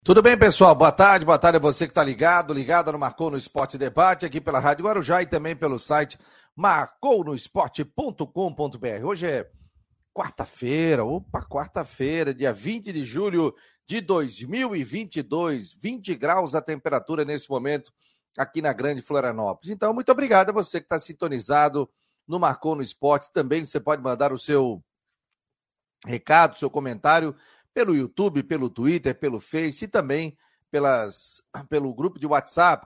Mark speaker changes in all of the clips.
Speaker 1: Tudo bem, pessoal? Boa tarde a você que está ligado no Marcou no Esporte Debate, aqui pela Rádio Guarujá e também pelo site marcounoesporte.com.br. Hoje é quarta-feira, dia 20 de julho de 2022, 20 graus a temperatura nesse momento aqui na Grande Florianópolis. Então, muito obrigado a você que está sintonizado no Marcou no Esporte. Também você pode mandar o seu recado, seu comentário pelo YouTube, pelo Twitter, pelo Face e também pelo grupo de WhatsApp,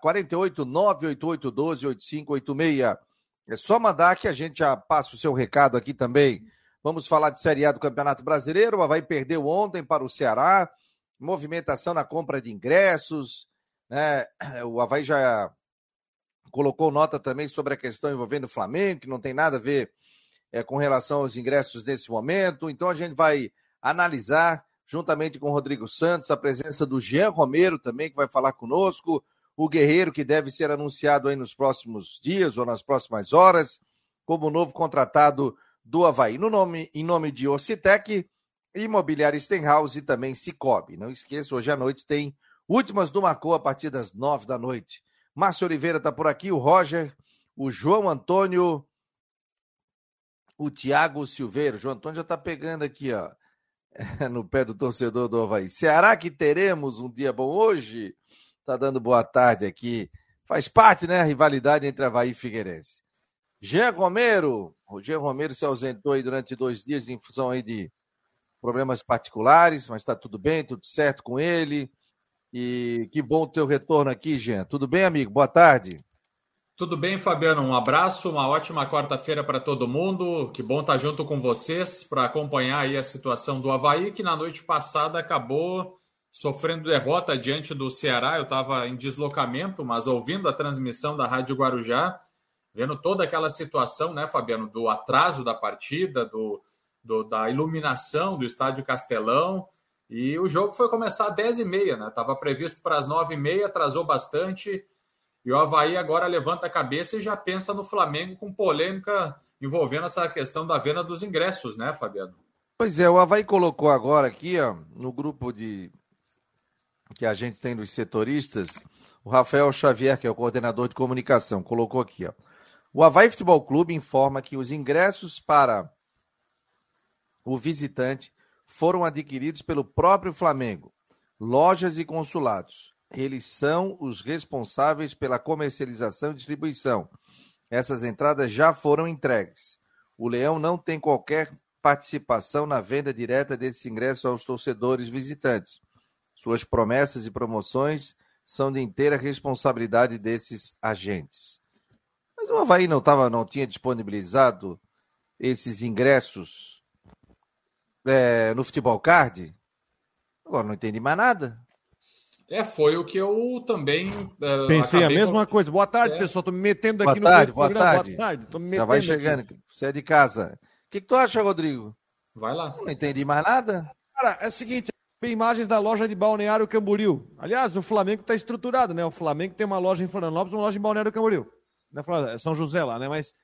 Speaker 1: 48988128586. É só mandar que a gente já passa o seu recado aqui também. Vamos falar de Série A do Campeonato Brasileiro. O Avaí perdeu ontem para o Ceará. Movimentação na compra de ingressos, né? O Avaí já colocou nota também sobre a questão envolvendo o Flamengo, que não tem nada a ver com relação aos ingressos nesse momento. Então a gente vai analisar, juntamente com o Rodrigo Santos, a presença do Jean Romero também, que vai falar conosco, o Guerreiro, que deve ser anunciado aí nos próximos dias ou nas próximas horas, como novo contratado do Avaí. Em nome de Ocitec, Imobiliária Stenhouse e também Cicobi. Não esqueça, hoje à noite tem Últimas do Marcou a partir das 9 da noite. Márcio Oliveira está por aqui, o Roger, o João Antônio, o Tiago Silveira. O João Antônio já está pegando aqui, ó, no pé do torcedor do Avaí. Será que teremos um dia bom hoje? Tá dando boa tarde aqui. Faz parte, né, a rivalidade entre Avaí e Figueirense. Jean Romero. O Jean Romero se ausentou aí durante 2 dias em função aí de problemas particulares, mas está tudo bem, tudo certo com ele. E que bom o teu retorno aqui, Jean. Tudo bem, amigo? Boa tarde.
Speaker 2: Tudo bem, Fabiano? Um abraço, uma ótima quarta-feira para todo mundo. Que bom estar junto com vocês para acompanhar aí a situação do Avaí, que na noite passada acabou sofrendo derrota diante do Ceará. Eu estava em deslocamento, mas ouvindo a transmissão da Rádio Guarujá, vendo toda aquela situação, né, Fabiano, do atraso da partida, da iluminação do Estádio Castelão. E o jogo foi começar às 10h30, né? Estava previsto para as 9h30, atrasou bastante. E o Avaí agora levanta a cabeça e já pensa no Flamengo com polêmica envolvendo essa questão da venda dos ingressos, né, Fabiano?
Speaker 1: Pois é, o Avaí colocou agora aqui, ó, no grupo que a gente tem dos setoristas, o Rafael Xavier, que é o coordenador de comunicação, colocou aqui, ó. O Avaí Futebol Clube informa que os ingressos para o visitante foram adquiridos pelo próprio Flamengo, lojas e consulados. Eles são os responsáveis pela comercialização e distribuição. Essas entradas já foram entregues. O Leão não tem qualquer participação na venda direta desses ingressos aos torcedores visitantes. Suas promessas e promoções são de inteira responsabilidade desses agentes. Mas o Avaí não tinha disponibilizado esses ingressos no Futebol Card? Agora não entendi mais nada.
Speaker 2: Foi o que eu também
Speaker 3: pensei a mesma coisa. Boa tarde, pessoal. Tô me metendo aqui
Speaker 1: no programa. Boa tarde.
Speaker 3: Tô me metendo.
Speaker 1: Já vai chegando. Aqui. Você é de casa. O que tu acha, Rodrigo?
Speaker 2: Vai lá.
Speaker 1: Não entendi mais nada.
Speaker 3: Cara, é o seguinte, tem imagens da loja de Balneário Camboriú. Aliás, o Flamengo tá estruturado, né? O Flamengo tem uma loja em Florianópolis, uma loja em Balneário Camboriú. É São José lá, né? Mas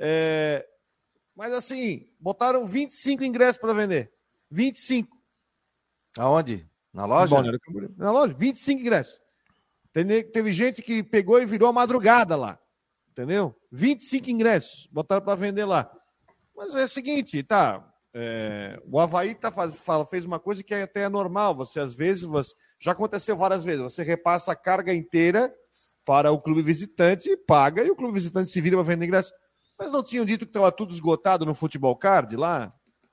Speaker 3: assim, botaram 25 ingressos para vender. 25.
Speaker 1: Aonde? Na loja?
Speaker 3: Na loja, 25 ingressos. Teve gente que pegou e virou a madrugada lá. Entendeu? 25 ingressos. Botaram para vender lá. Mas é o seguinte, tá? O Avaí fez uma coisa que até é normal. Você, às vezes, já aconteceu várias vezes. Você repassa a carga inteira para o clube visitante, paga, e o clube visitante se vira para vender ingressos. Mas não tinham dito que estava tudo esgotado no Futebol Card lá?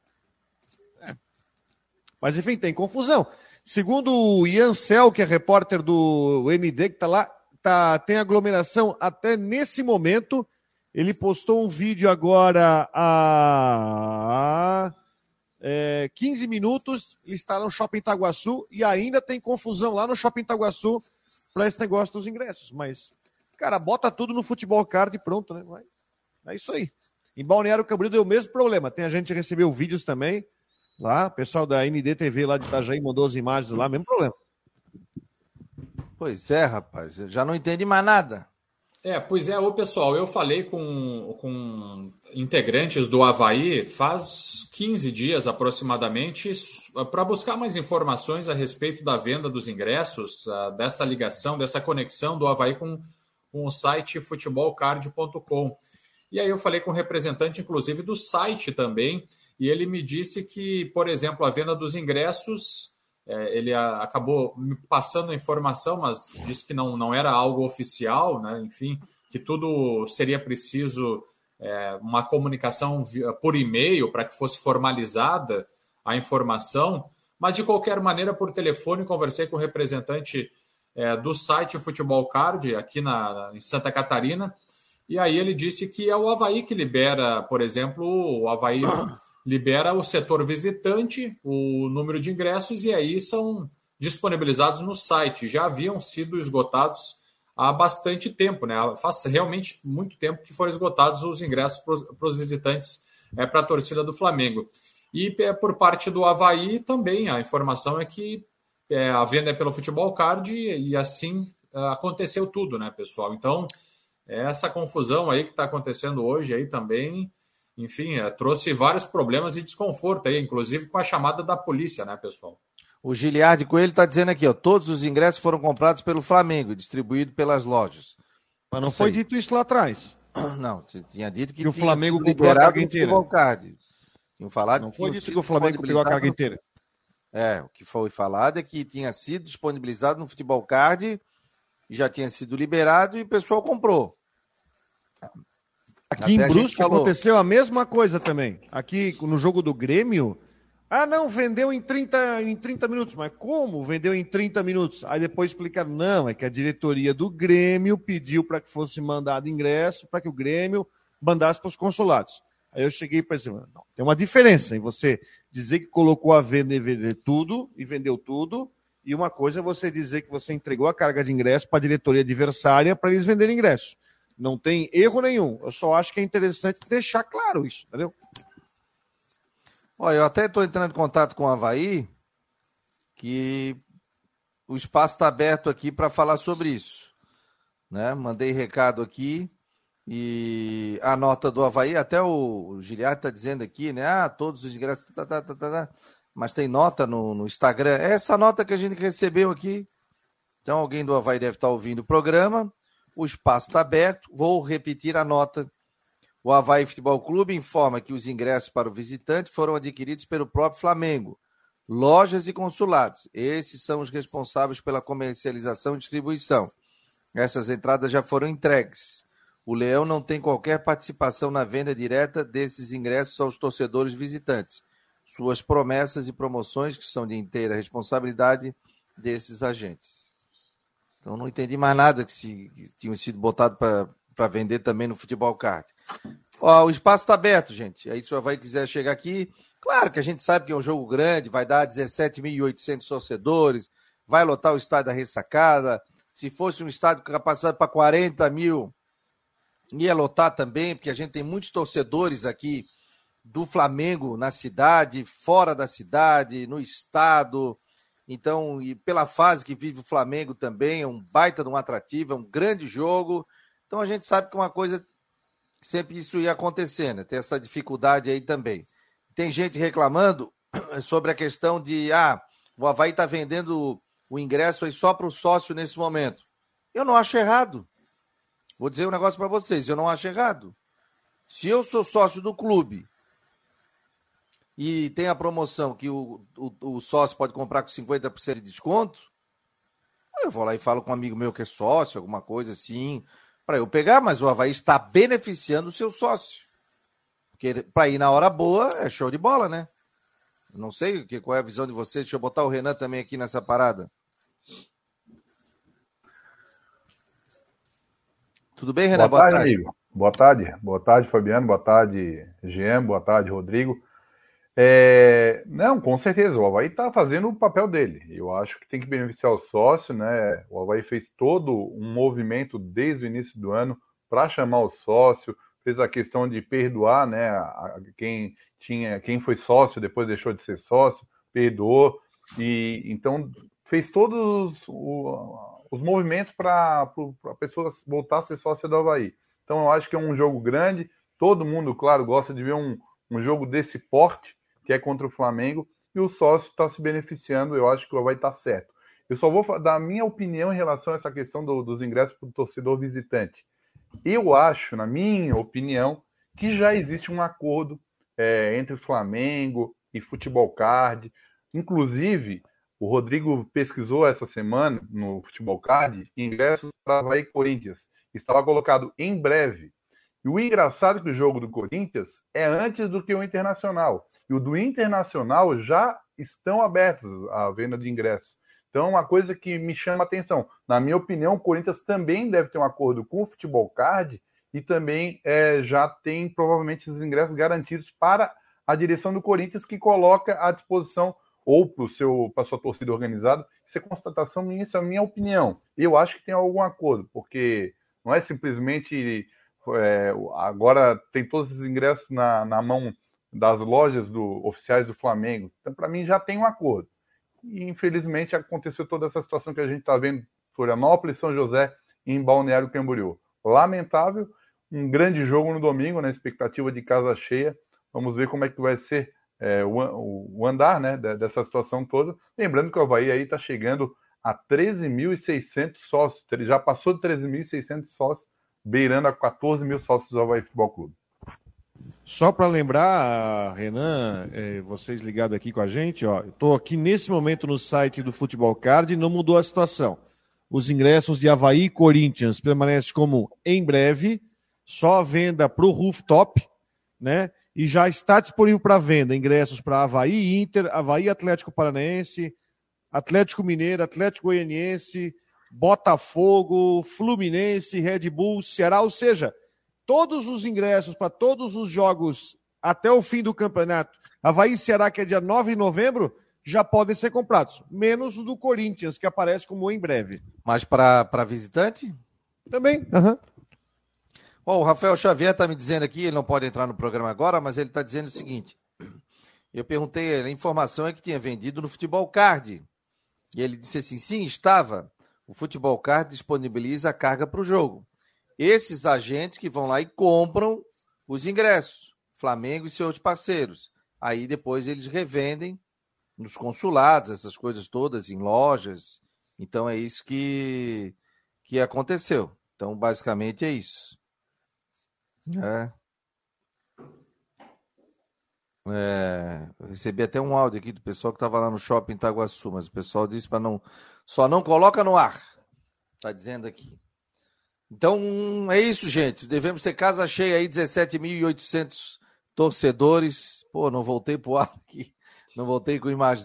Speaker 3: Mas, enfim, tem confusão. Segundo o Ian Cel, que é repórter do ND, que está lá, tem aglomeração até nesse momento. Ele postou um vídeo agora há 15 minutos. Ele está no Shopping Itaguaçu e ainda tem confusão lá no Shopping Itaguaçu para esse negócio dos ingressos. Mas, cara, bota tudo no Futebol Card e pronto, né? É isso aí. Em Balneário Camboriú deu o mesmo problema. Tem a gente que recebeu vídeos também. Lá, o pessoal da NDTV lá de Itajaí mandou as imagens lá, mesmo problema.
Speaker 1: Pois é, rapaz, eu já não entendi mais nada.
Speaker 2: Pois é, pessoal, eu falei com integrantes do Avaí faz 15 dias aproximadamente para buscar mais informações a respeito da venda dos ingressos, dessa ligação, dessa conexão do Avaí com o site futebolcard.com. E aí eu falei com um representante, inclusive, do site também, e ele me disse que, por exemplo, a venda dos ingressos, ele acabou me passando a informação, mas disse que não era algo oficial, né? Enfim, que tudo seria preciso uma comunicação por e-mail para que fosse formalizada a informação, mas de qualquer maneira, por telefone, conversei com o representante do site Futebol Card, aqui em Santa Catarina, e aí ele disse que é o Avaí que libera, por exemplo, o Avaí libera o setor visitante, o número de ingressos, e aí são disponibilizados no site. Já haviam sido esgotados há bastante tempo, né? Faz realmente muito tempo que foram esgotados os ingressos para os visitantes, para a torcida do Flamengo. E por parte do Avaí também, a informação é que a venda é pelo Futebol Card e assim aconteceu tudo, né, pessoal? Então, essa confusão aí que está acontecendo hoje aí também, enfim, trouxe vários problemas e desconforto aí, inclusive com a chamada da polícia, né, pessoal?
Speaker 1: O Giliardi Coelho está dizendo aqui, todos os ingressos foram comprados pelo Flamengo e distribuídos pelas lojas.
Speaker 3: Mas não foi dito isso lá atrás.
Speaker 1: Não, você tinha dito que
Speaker 3: o Flamengo
Speaker 1: comprou
Speaker 3: a carga inteira.
Speaker 1: Tinham falado
Speaker 3: não foi dito que o Flamengo pegou a carga inteira.
Speaker 1: O que foi falado é que tinha sido disponibilizado no Futebol Card e já tinha sido liberado e o pessoal comprou.
Speaker 3: Aqui em Brusque aconteceu a mesma coisa também. Aqui no jogo do Grêmio, não, vendeu em 30 minutos. Mas como vendeu em 30 minutos? Aí depois explicaram, não, é que a diretoria do Grêmio pediu para que fosse mandado ingresso, para que o Grêmio mandasse para os consulados. Aí eu cheguei para dizer, não, tem uma diferença em você dizer que colocou a venda e vender tudo, e vendeu tudo, e uma coisa é você dizer que você entregou a carga de ingresso para a diretoria adversária para eles venderem ingresso. Não tem erro nenhum. Eu só acho que é interessante deixar claro isso, entendeu?
Speaker 1: Olha, eu até estou entrando em contato com o Avaí, que o espaço está aberto aqui para falar sobre isso. Né? Mandei recado aqui e a nota do Avaí, até o Giliardi está dizendo aqui, né? Todos os ingressos, mas tem nota no Instagram. É essa nota que a gente recebeu aqui. Então alguém do Avaí deve estar ouvindo o programa. O espaço está aberto. Vou repetir a nota. O Avaí Futebol Clube informa que os ingressos para o visitante foram adquiridos pelo próprio Flamengo, lojas e consulados. Esses são os responsáveis pela comercialização e distribuição. Essas entradas já foram entregues. O Leão não tem qualquer participação na venda direta desses ingressos aos torcedores visitantes. Suas promessas e promoções, que são de inteira responsabilidade desses agentes. Então não entendi mais nada que tinham sido botados para vender também no Futebol Card. O espaço está aberto, gente. Aí se o Avaí quiser chegar aqui, claro que a gente sabe que é um jogo grande, vai dar 17.800 torcedores, vai lotar o estádio da Ressacada. Se fosse um estádio com capacidade para 40 mil, ia lotar também, porque a gente tem muitos torcedores aqui do Flamengo na cidade, fora da cidade, no estado. Então, e pela fase que vive o Flamengo também, é um baita de um atrativo, é um grande jogo. Então a gente sabe que uma coisa, sempre isso ia acontecer, né? Tem essa dificuldade aí também. Tem gente reclamando sobre a questão de, o Avaí está vendendo o ingresso aí só para o sócio nesse momento. Eu não acho errado. Vou dizer um negócio para vocês, eu não acho errado. Se eu sou sócio do clube e tem a promoção que o sócio pode comprar com 50% de desconto, eu vou lá e falo com um amigo meu que é sócio, alguma coisa assim, para eu pegar, mas o Avaí está beneficiando o seu sócio. Porque para ir na hora boa é show de bola, né? Não sei qual é a visão de vocês. Deixa eu botar o Renan também aqui nessa parada. Tudo bem, Renan?
Speaker 4: Boa tarde, amigo. Boa tarde. Boa tarde, Fabiano. Boa tarde, Jean. Boa tarde, Rodrigo. Não, com certeza, o Avaí está fazendo o papel dele. Eu acho que tem que beneficiar o sócio, né? O Avaí fez todo um movimento desde o início do ano para chamar o sócio, fez a questão de perdoar, né? Quem foi sócio, depois deixou de ser sócio, perdoou, e então fez todos os movimentos para a pessoa voltar a ser sócia do Avaí. Então eu acho que é um jogo grande, todo mundo, claro, gosta de ver um jogo desse porte, que é contra o Flamengo, e o sócio está se beneficiando, eu acho que o Avaí está certo. Eu só vou dar a minha opinião em relação a essa questão dos ingressos para o torcedor visitante. Eu acho, na minha opinião, que já existe um acordo entre Flamengo e Futebol Card. Inclusive, o Rodrigo pesquisou essa semana no Futebol Card ingressos para Avaí e Corinthians. Estava colocado em breve. E o engraçado é que o jogo do Corinthians é antes do que o Internacional. E o do Internacional já estão abertos à venda de ingressos. Então, é uma coisa que me chama a atenção. Na minha opinião, o Corinthians também deve ter um acordo com o Futebol Card e também já tem, provavelmente, os ingressos garantidos para a direção do Corinthians, que coloca à disposição ou para a sua torcida organizada. Isso é constatação minha, isso é a minha opinião. Eu acho que tem algum acordo, porque não é simplesmente... agora tem todos os ingressos na mão das lojas oficiais do Flamengo. Então, para mim, já tem um acordo. E, infelizmente, aconteceu toda essa situação que a gente está vendo em Florianópolis, São José e em Balneário Camboriú. Lamentável, um grande jogo no domingo, na expectativa de casa cheia. Vamos ver como é que vai ser o andar, né, dessa situação toda. Lembrando que o Avaí aí está chegando a 13.600 sócios. Ele já passou de 13.600 sócios, beirando a 14 mil sócios do Avaí Futebol Clube.
Speaker 3: Só para lembrar, Renan, vocês ligados aqui com a gente, ó, eu estou aqui nesse momento no site do Futebol Card e não mudou a situação. Os ingressos de Avaí e Corinthians permanecem como em breve, só venda para o rooftop, né? E já está disponível para venda ingressos para Avaí Inter, Avaí Atlético Paranaense, Atlético Mineiro, Atlético Goianiense, Botafogo, Fluminense, Red Bull, Ceará, ou seja, todos os ingressos para todos os jogos até o fim do campeonato, Avaí e Ceará, que é dia 9 de novembro, já podem ser comprados, menos o do Corinthians, que aparece como em breve.
Speaker 1: Mas para visitante?
Speaker 3: Também, aham.
Speaker 1: Bom, o Rafael Xavier está me dizendo aqui, ele não pode entrar no programa agora, mas ele está dizendo o seguinte, eu perguntei a ele, a informação é que tinha vendido no Futebol Card, e ele disse assim, sim, estava, o Futebol Card disponibiliza a carga para o jogo. Esses agentes que vão lá e compram os ingressos, Flamengo e seus parceiros. Aí depois eles revendem nos consulados, essas coisas todas, em lojas. Então é isso que aconteceu. Então basicamente é isso. Eu recebi até um áudio aqui do pessoal que estava lá no shopping Itaguaçu, mas o pessoal disse para só não coloca no ar. Está dizendo aqui. Então, é isso, gente. Devemos ter casa cheia aí, 17.800 torcedores. Pô, não voltei pro ar aqui. Não voltei com imagem.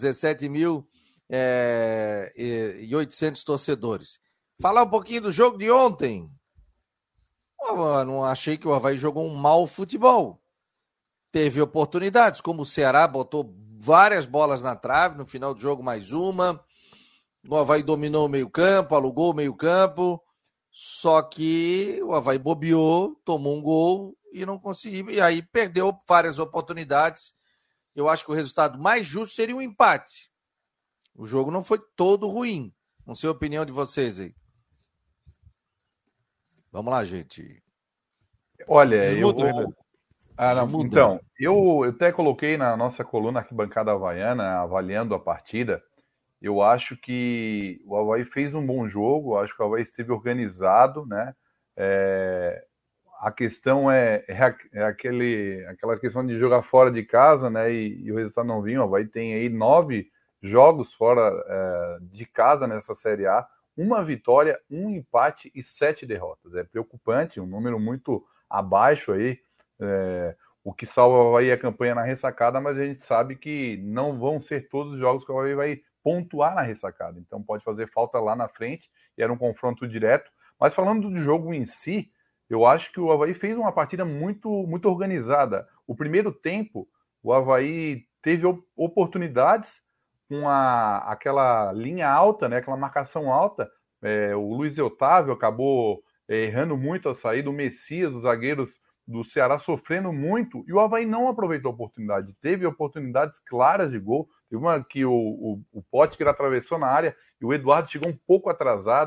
Speaker 1: 17.800 torcedores. Falar um pouquinho do jogo de ontem. Eu não achei que o Avaí jogou um mau futebol. Teve oportunidades, como o Ceará botou várias bolas na trave, no final do jogo mais uma. O Avaí dominou o meio-campo, alugou o meio-campo. Só que o Avaí bobeou, tomou um gol e não conseguiu. E aí perdeu várias oportunidades. Eu acho que o resultado mais justo seria um empate. O jogo não foi todo ruim. Não sei a opinião de vocês aí. Vamos lá, gente.
Speaker 4: Olha,
Speaker 1: Então,
Speaker 4: eu até coloquei na nossa coluna Arquibancada Havaiana, avaliando a partida. Eu acho que o Avaí fez um bom jogo, acho que o Avaí esteve organizado, né? A questão aquela questão de jogar fora de casa, né? E o resultado não vinha. O Avaí tem aí 9 jogos fora de casa nessa Série A, 1 vitória, 1 empate e 7 derrotas. É preocupante, um número muito abaixo aí. O que salva o Avaí é a campanha na ressacada, mas a gente sabe que não vão ser todos os jogos que o Avaí vai pontuar na ressacada, então pode fazer falta lá na frente, e era um confronto direto. Mas falando do jogo em si, eu acho que o Avaí fez uma partida muito, muito organizada. O primeiro tempo, o Avaí teve oportunidades com aquela linha alta, né, aquela marcação alta. O Luiz Otávio acabou errando muito a saída, o Messias, os zagueiros do Ceará sofrendo muito, e o Avaí não aproveitou a oportunidade. Teve oportunidades claras de gol. Teve uma que o Potker atravessou na área e o Eduardo chegou um pouco atrasado.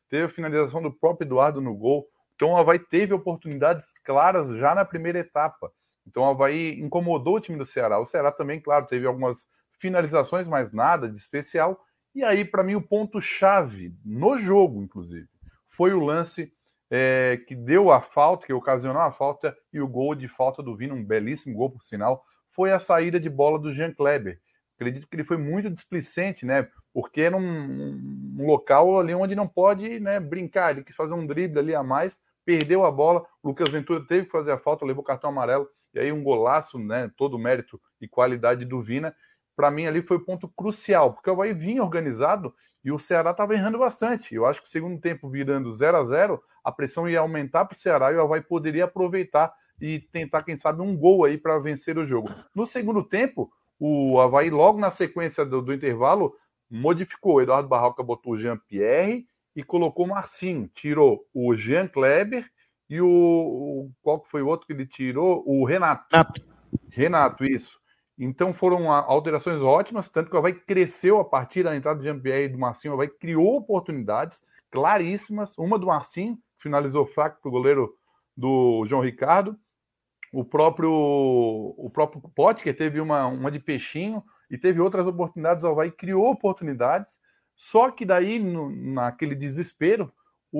Speaker 4: teve a finalização do próprio Eduardo no gol. Então o Avaí teve oportunidades claras já na primeira etapa. Então o Avaí incomodou o time do Ceará. O Ceará também, claro, teve algumas finalizações, mas nada de especial. E aí, para mim, o ponto-chave no jogo, inclusive, foi o lance que deu a falta, que ocasionou a falta, e o gol de falta do Vina, um belíssimo gol, por sinal, foi a saída de bola do Jean Kleber. Acredito que ele foi muito displicente, né? Porque era um local ali onde não pode, né, brincar. Ele quis fazer um drible ali a mais, perdeu a bola, o Lucas Ventura teve que fazer a falta, levou o cartão amarelo, e aí um golaço, né? Todo o mérito e qualidade do Vina. Para mim ali foi o ponto crucial, porque o Avaí vinha organizado e o Ceará estava errando bastante. Eu acho que o segundo tempo virando 0-0, a pressão ia aumentar para o Ceará e o Avaí poderia aproveitar e tentar, quem sabe, um gol aí para vencer o jogo. No segundo tempo, o Avaí, logo na sequência do intervalo, modificou. O Eduardo Barroca botou o Jean-Pierre e colocou o Marcinho. Tirou o Jean Kleber e qual que foi o outro que ele tirou? O Renato. Renato, isso. Então foram alterações ótimas, tanto que o Avaí cresceu a partir da entrada do Jean-Pierre e do Marcinho. O Avaí criou oportunidades claríssimas. Uma do Marcinho, finalizou fraco para o goleiro do João Ricardo. O próprio Potker teve uma de peixinho e teve outras oportunidades. O Avaí criou oportunidades, só que daí, naquele desespero,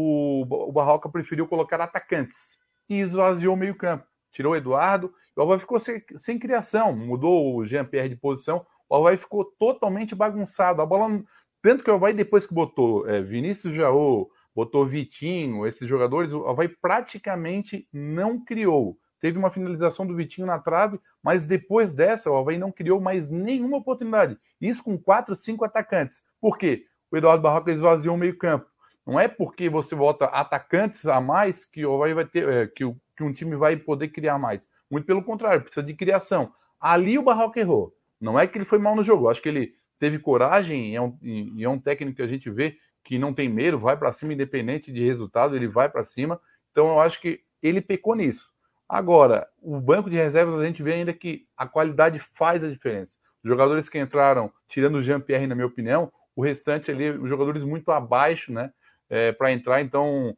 Speaker 4: o Barroca preferiu colocar atacantes e esvaziou o meio-campo. Tirou o Eduardo. O Avaí ficou sem criação, mudou o Jean-Pierre de posição, o Avaí ficou totalmente bagunçado. A bola, tanto que o Avaí, depois que botou Vinícius Jaú, botou Vitinho, esses jogadores, o Avaí praticamente não criou. Teve uma finalização do Vitinho na trave, mas depois dessa, o Avaí não criou mais nenhuma oportunidade. Isso com 4, 5 atacantes. Por quê? O Eduardo Barroca esvaziou o meio-campo. Não é porque você bota atacantes a mais que o Avaí vai ter, que um time vai poder criar mais. Muito pelo contrário, precisa de criação. Ali o Barroca errou. Não é que ele foi mal no jogo. Eu acho que ele teve coragem e é um técnico que a gente vê que não tem medo, vai para cima independente de resultado, ele vai para cima. Então eu acho que ele pecou nisso. Agora, o banco de reservas a gente vê ainda que a qualidade faz a diferença. Os jogadores que entraram, tirando o Jean-Pierre, na minha opinião, o restante ali, os jogadores muito abaixo, né, para entrar. Então,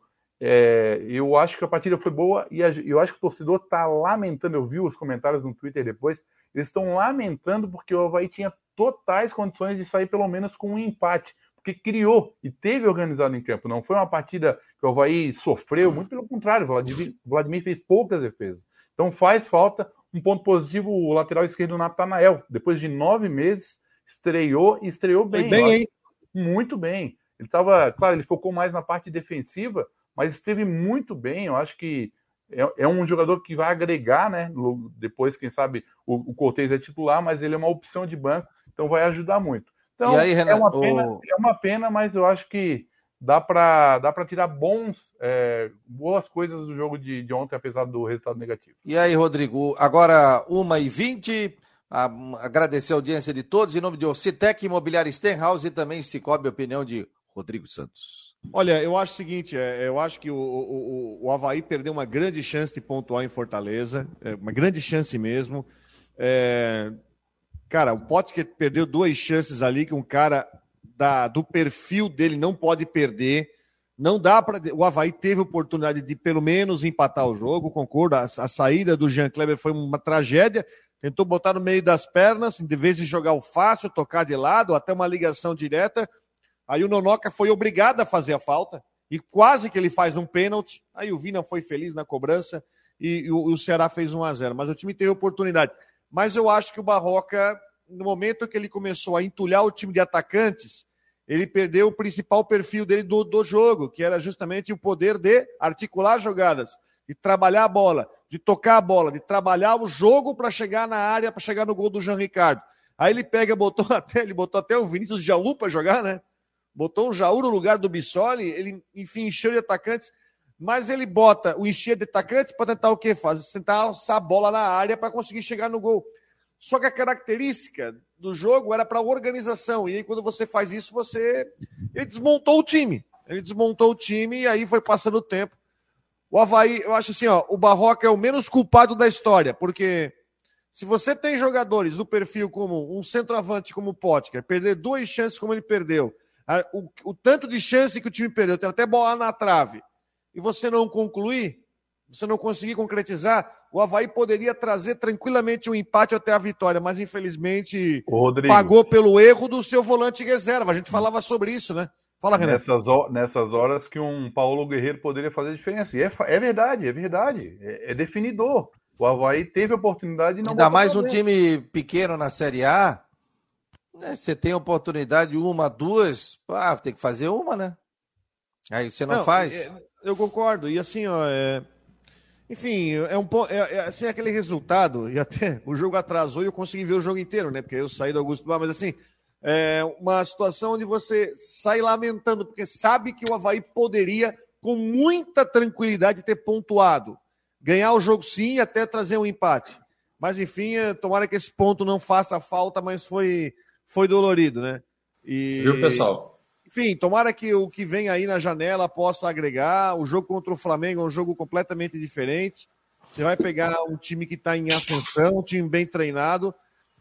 Speaker 4: eu acho que a partida foi boa e eu acho que o torcedor está lamentando. Eu vi os comentários no Twitter depois, eles estão lamentando porque o Avaí tinha totais condições de sair pelo menos com um empate, porque criou e teve organizado em campo. Não foi uma partida que o Avaí sofreu, muito pelo contrário, o Vladimir fez poucas defesas. Então faz falta. Um ponto positivo, o lateral esquerdo Natanael, depois de 9 meses, estreou bem.
Speaker 3: Hein?
Speaker 4: Muito bem. Ele estava, claro, ele focou mais na parte defensiva, mas esteve muito bem. Eu acho que é um jogador que vai agregar, né? Depois, quem sabe, o Cortez é titular, mas ele é uma opção de banco, então vai ajudar muito. Então,
Speaker 1: aí, Renato,
Speaker 4: é uma pena, mas eu acho que dá para tirar boas coisas do jogo de ontem, apesar do resultado negativo.
Speaker 1: E aí, Rodrigo, agora 1h20, agradecer a audiência de todos, em nome de Orcitec, Imobiliária Stenhouse e também Cicobi, opinião de Rodrigo Santos.
Speaker 3: Olha, eu acho o seguinte, eu acho que o Avaí perdeu uma grande chance de pontuar em Fortaleza, uma grande chance mesmo. Cara, o Potker perdeu 2 chances ali que um cara do perfil dele não pode perder. Não dá para. O Avaí teve oportunidade de pelo menos empatar o jogo, concordo. A saída do Jean Kleber foi uma tragédia. Tentou botar no meio das pernas, em vez de jogar o fácil, tocar de lado, até uma ligação direta. Aí o Nonoca foi obrigado a fazer a falta e quase que ele faz um pênalti. Aí o Vina foi feliz na cobrança e o Ceará fez 1-0. Mas o time teve oportunidade. Mas eu acho que o Barroca, no momento que ele começou a entulhar o time de atacantes, ele perdeu o principal perfil dele do jogo, que era justamente o poder de articular jogadas, de trabalhar a bola, de tocar a bola, de trabalhar o jogo para chegar na área, para chegar no gol do João Ricardo. Aí ele botou até o Vinícius Jaú para jogar, né? Botou o Jaú no lugar do Bissoli, ele, enfim, encheu de atacantes, mas ele bota o encher de atacantes para tentar o quê? Tentar alçar a bola na área para conseguir chegar no gol. Só que a característica do jogo era para organização, e aí quando você faz isso, ele desmontou o time. Ele desmontou o time e aí foi passando o tempo. O Avaí, eu acho assim, o Barroca é o menos culpado da história, porque se você tem jogadores do perfil como um centroavante como o Potker, perder 2 chances como ele perdeu, O tanto de chance que o time perdeu, tem até bola na trave, e você não concluir, você não conseguir concretizar, o Avaí poderia trazer tranquilamente um empate até a vitória, mas infelizmente pagou pelo erro do seu volante reserva. A gente falava sobre isso, né? Fala, Renato.
Speaker 4: Nessas horas que um Paulo Guerreiro poderia fazer diferença. E é verdade. É definidor. O Avaí teve a oportunidade de não...
Speaker 1: Ainda mais um time pequeno na Série A, né? Você tem oportunidade, uma, duas, tem que fazer uma, né? Aí você não faz.
Speaker 3: Eu concordo. E assim, ó, enfim, assim, aquele resultado, e até o jogo atrasou e eu consegui ver o jogo inteiro, né? Porque eu saí do Augusto Bar, mas assim, é uma situação onde você sai lamentando, porque sabe que o Avaí poderia, com muita tranquilidade, ter pontuado. Ganhar o jogo sim e até trazer um empate. Mas enfim, tomara que esse ponto não faça falta, mas foi dolorido, né?
Speaker 2: Você viu, pessoal?
Speaker 3: Enfim, tomara que o que vem aí na janela possa agregar. O jogo contra o Flamengo é um jogo completamente diferente. Você vai pegar um time que está em ascensão, um time bem treinado.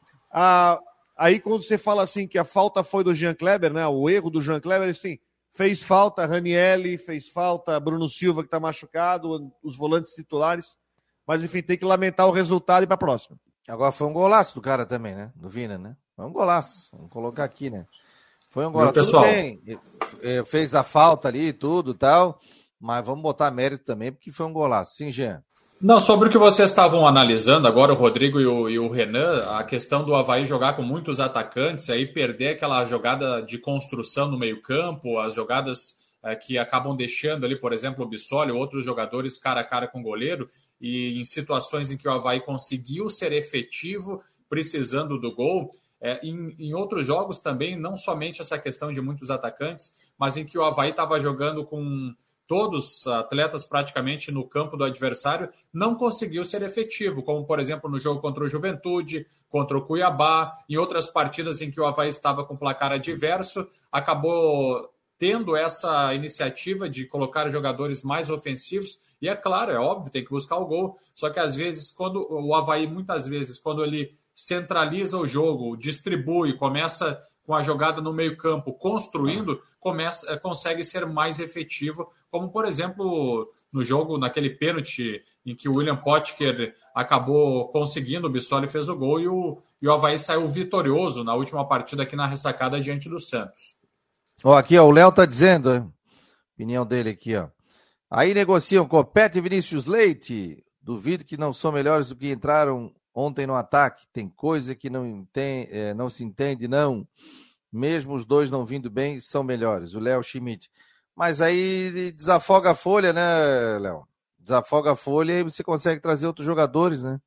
Speaker 3: Aí quando você fala assim que a falta foi do Jean Kleber, né? O erro do Jean Kleber, assim, fez falta Ranielli, fez falta Bruno Silva, que está machucado, os volantes titulares. Mas enfim, tem que lamentar o resultado e ir para a próxima.
Speaker 1: Agora foi um golaço do cara também, né? Do Vina, né? Foi um golaço. Vamos colocar aqui, né? Foi um golaço.
Speaker 2: Pessoal,
Speaker 1: tudo bem. Fez a falta ali e tudo e tal. Mas vamos botar mérito também, porque foi um golaço. Sim, Jean.
Speaker 2: Não, sobre o que vocês estavam analisando agora, o Rodrigo e o Renan, a questão do Avaí jogar com muitos atacantes, aí perder aquela jogada de construção no meio-campo, as jogadas que acabam deixando ali, por exemplo, o Bissoli, outros jogadores cara a cara com o goleiro, e em situações em que o Avaí conseguiu ser efetivo, precisando do gol. Em outros jogos também, não somente essa questão de muitos atacantes, mas em que o Avaí estava jogando com todos os atletas praticamente no campo do adversário, não conseguiu ser efetivo, como, por exemplo, no jogo contra o Juventude, contra o Cuiabá, em outras partidas em que o Avaí estava com placar adverso, acabou tendo essa iniciativa de colocar jogadores mais ofensivos, e é claro, é óbvio, tem que buscar o gol, só que às vezes, quando o Avaí, muitas vezes, quando ele centraliza o jogo, distribui, começa com a jogada no meio-campo, construindo, consegue ser mais efetivo, como, por exemplo, no jogo, naquele pênalti em que o William Potker acabou conseguindo, o Bissoli fez o gol e o Avaí saiu vitorioso na última partida aqui na ressacada diante do Santos.
Speaker 1: Aqui, o Léo tá dizendo, a opinião dele aqui, ó. Aí negociam Copete e Vinícius Leite. Duvido que não são melhores do que entraram ontem no ataque. Tem coisa que não se entende, não. Mesmo os dois não vindo bem, são melhores. O Léo Schmidt. Mas aí desafoga a folha, né, Léo? Desafoga a folha e você consegue trazer outros jogadores, né?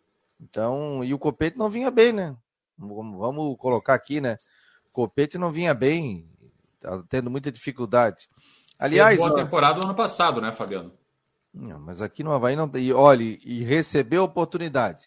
Speaker 1: Então, e o Copete não vinha bem, né? Vamos colocar aqui, né? O Copete não vinha bem, tá tendo muita dificuldade. Aliás,
Speaker 2: fez boa temporada no ano passado, né, Fabiano?
Speaker 1: Não, mas aqui no Avaí não tem. E olha, e recebeu oportunidade.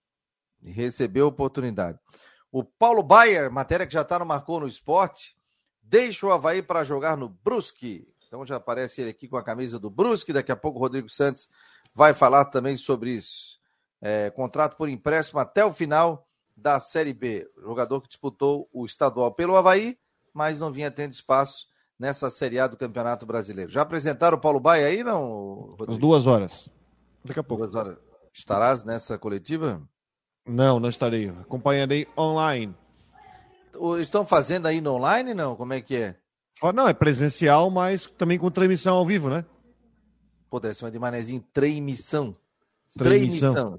Speaker 1: O Paulo Baier, matéria que já está no Marcou no Esporte, deixa o Avaí para jogar no Brusque. Então já aparece ele aqui com a camisa do Brusque. Daqui a pouco o Rodrigo Santos vai falar também sobre isso. Contrato por empréstimo até o final da Série B. O jogador que disputou o estadual pelo Avaí, mas não vinha tendo espaço nessa Série A do Campeonato Brasileiro. Já apresentaram o Paulo Baier aí, não, Rodrigo?
Speaker 3: Às 2 horas. Daqui a pouco.
Speaker 1: 2 horas. Estarás nessa coletiva?
Speaker 3: Não estarei. Acompanharei online.
Speaker 1: Estão fazendo aí no online, não? Como é que é?
Speaker 3: Não, é presencial, mas também com transmissão ao vivo, né?
Speaker 1: Pô, deve ser uma de manezinho, transmissão.
Speaker 3: Transmissão.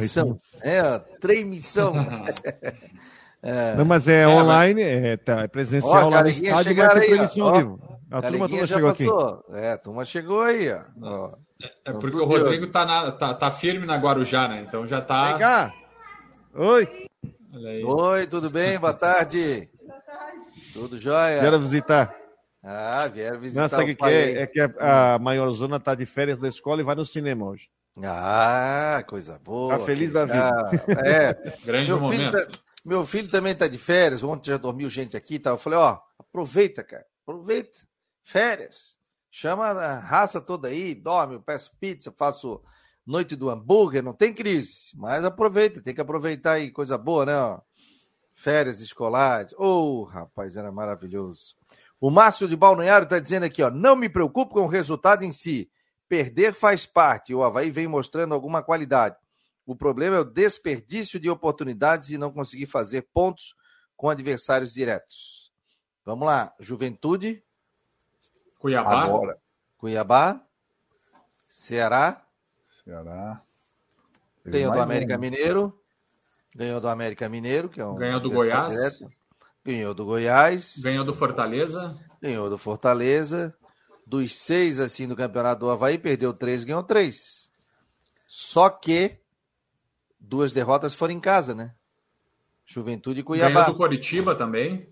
Speaker 3: Não, mas é online, é presencial lá no estádio, mas é transmissão ao vivo. A turma toda chegou aqui.
Speaker 1: A turma chegou aí, ó.
Speaker 2: É porque o Rodrigo tá firme na Guarujá, né? Então já tá...
Speaker 3: Vem cá. Oi.
Speaker 1: Oi, tudo bem? Boa tarde. Tudo jóia?
Speaker 3: Vieram visitar.
Speaker 1: Vieram visitar.
Speaker 3: Não, sabe o que é? É que a Maiorzona tá de férias da escola e vai no cinema hoje.
Speaker 1: Coisa boa.
Speaker 3: Tá feliz da vida.
Speaker 2: Grande momento.
Speaker 1: Meu filho também tá de férias. Ontem já dormiu gente aqui e tal. Eu falei, aproveita, cara. Aproveita. Férias. Chama a raça toda aí, dorme, eu peço pizza, faço noite do hambúrguer, não tem crise. Mas aproveita, tem que aproveitar aí, coisa boa, né? Férias escolares. Rapaz, era maravilhoso. O Márcio de Balneário está dizendo aqui, ó, não me preocupo com o resultado em si. Perder faz parte. O Avaí vem mostrando alguma qualidade. O problema é o desperdício de oportunidades e não conseguir fazer pontos com adversários diretos. Vamos lá. Juventude.
Speaker 2: Cuiabá.
Speaker 4: Agora.
Speaker 1: Cuiabá. Ceará. Ganhou do América Mineiro. Ganhou do América Mineiro, que é um.
Speaker 2: Ganhou do Goiás.
Speaker 1: Direto. Ganhou do Goiás.
Speaker 2: Ganhou do Fortaleza.
Speaker 1: Ganhou do Fortaleza. Dos 6, assim, do campeonato do Avaí, perdeu 3, ganhou 3. Só que 2 derrotas foram em casa, né? Juventude e Cuiabá.
Speaker 2: Ganhou do Coritiba também.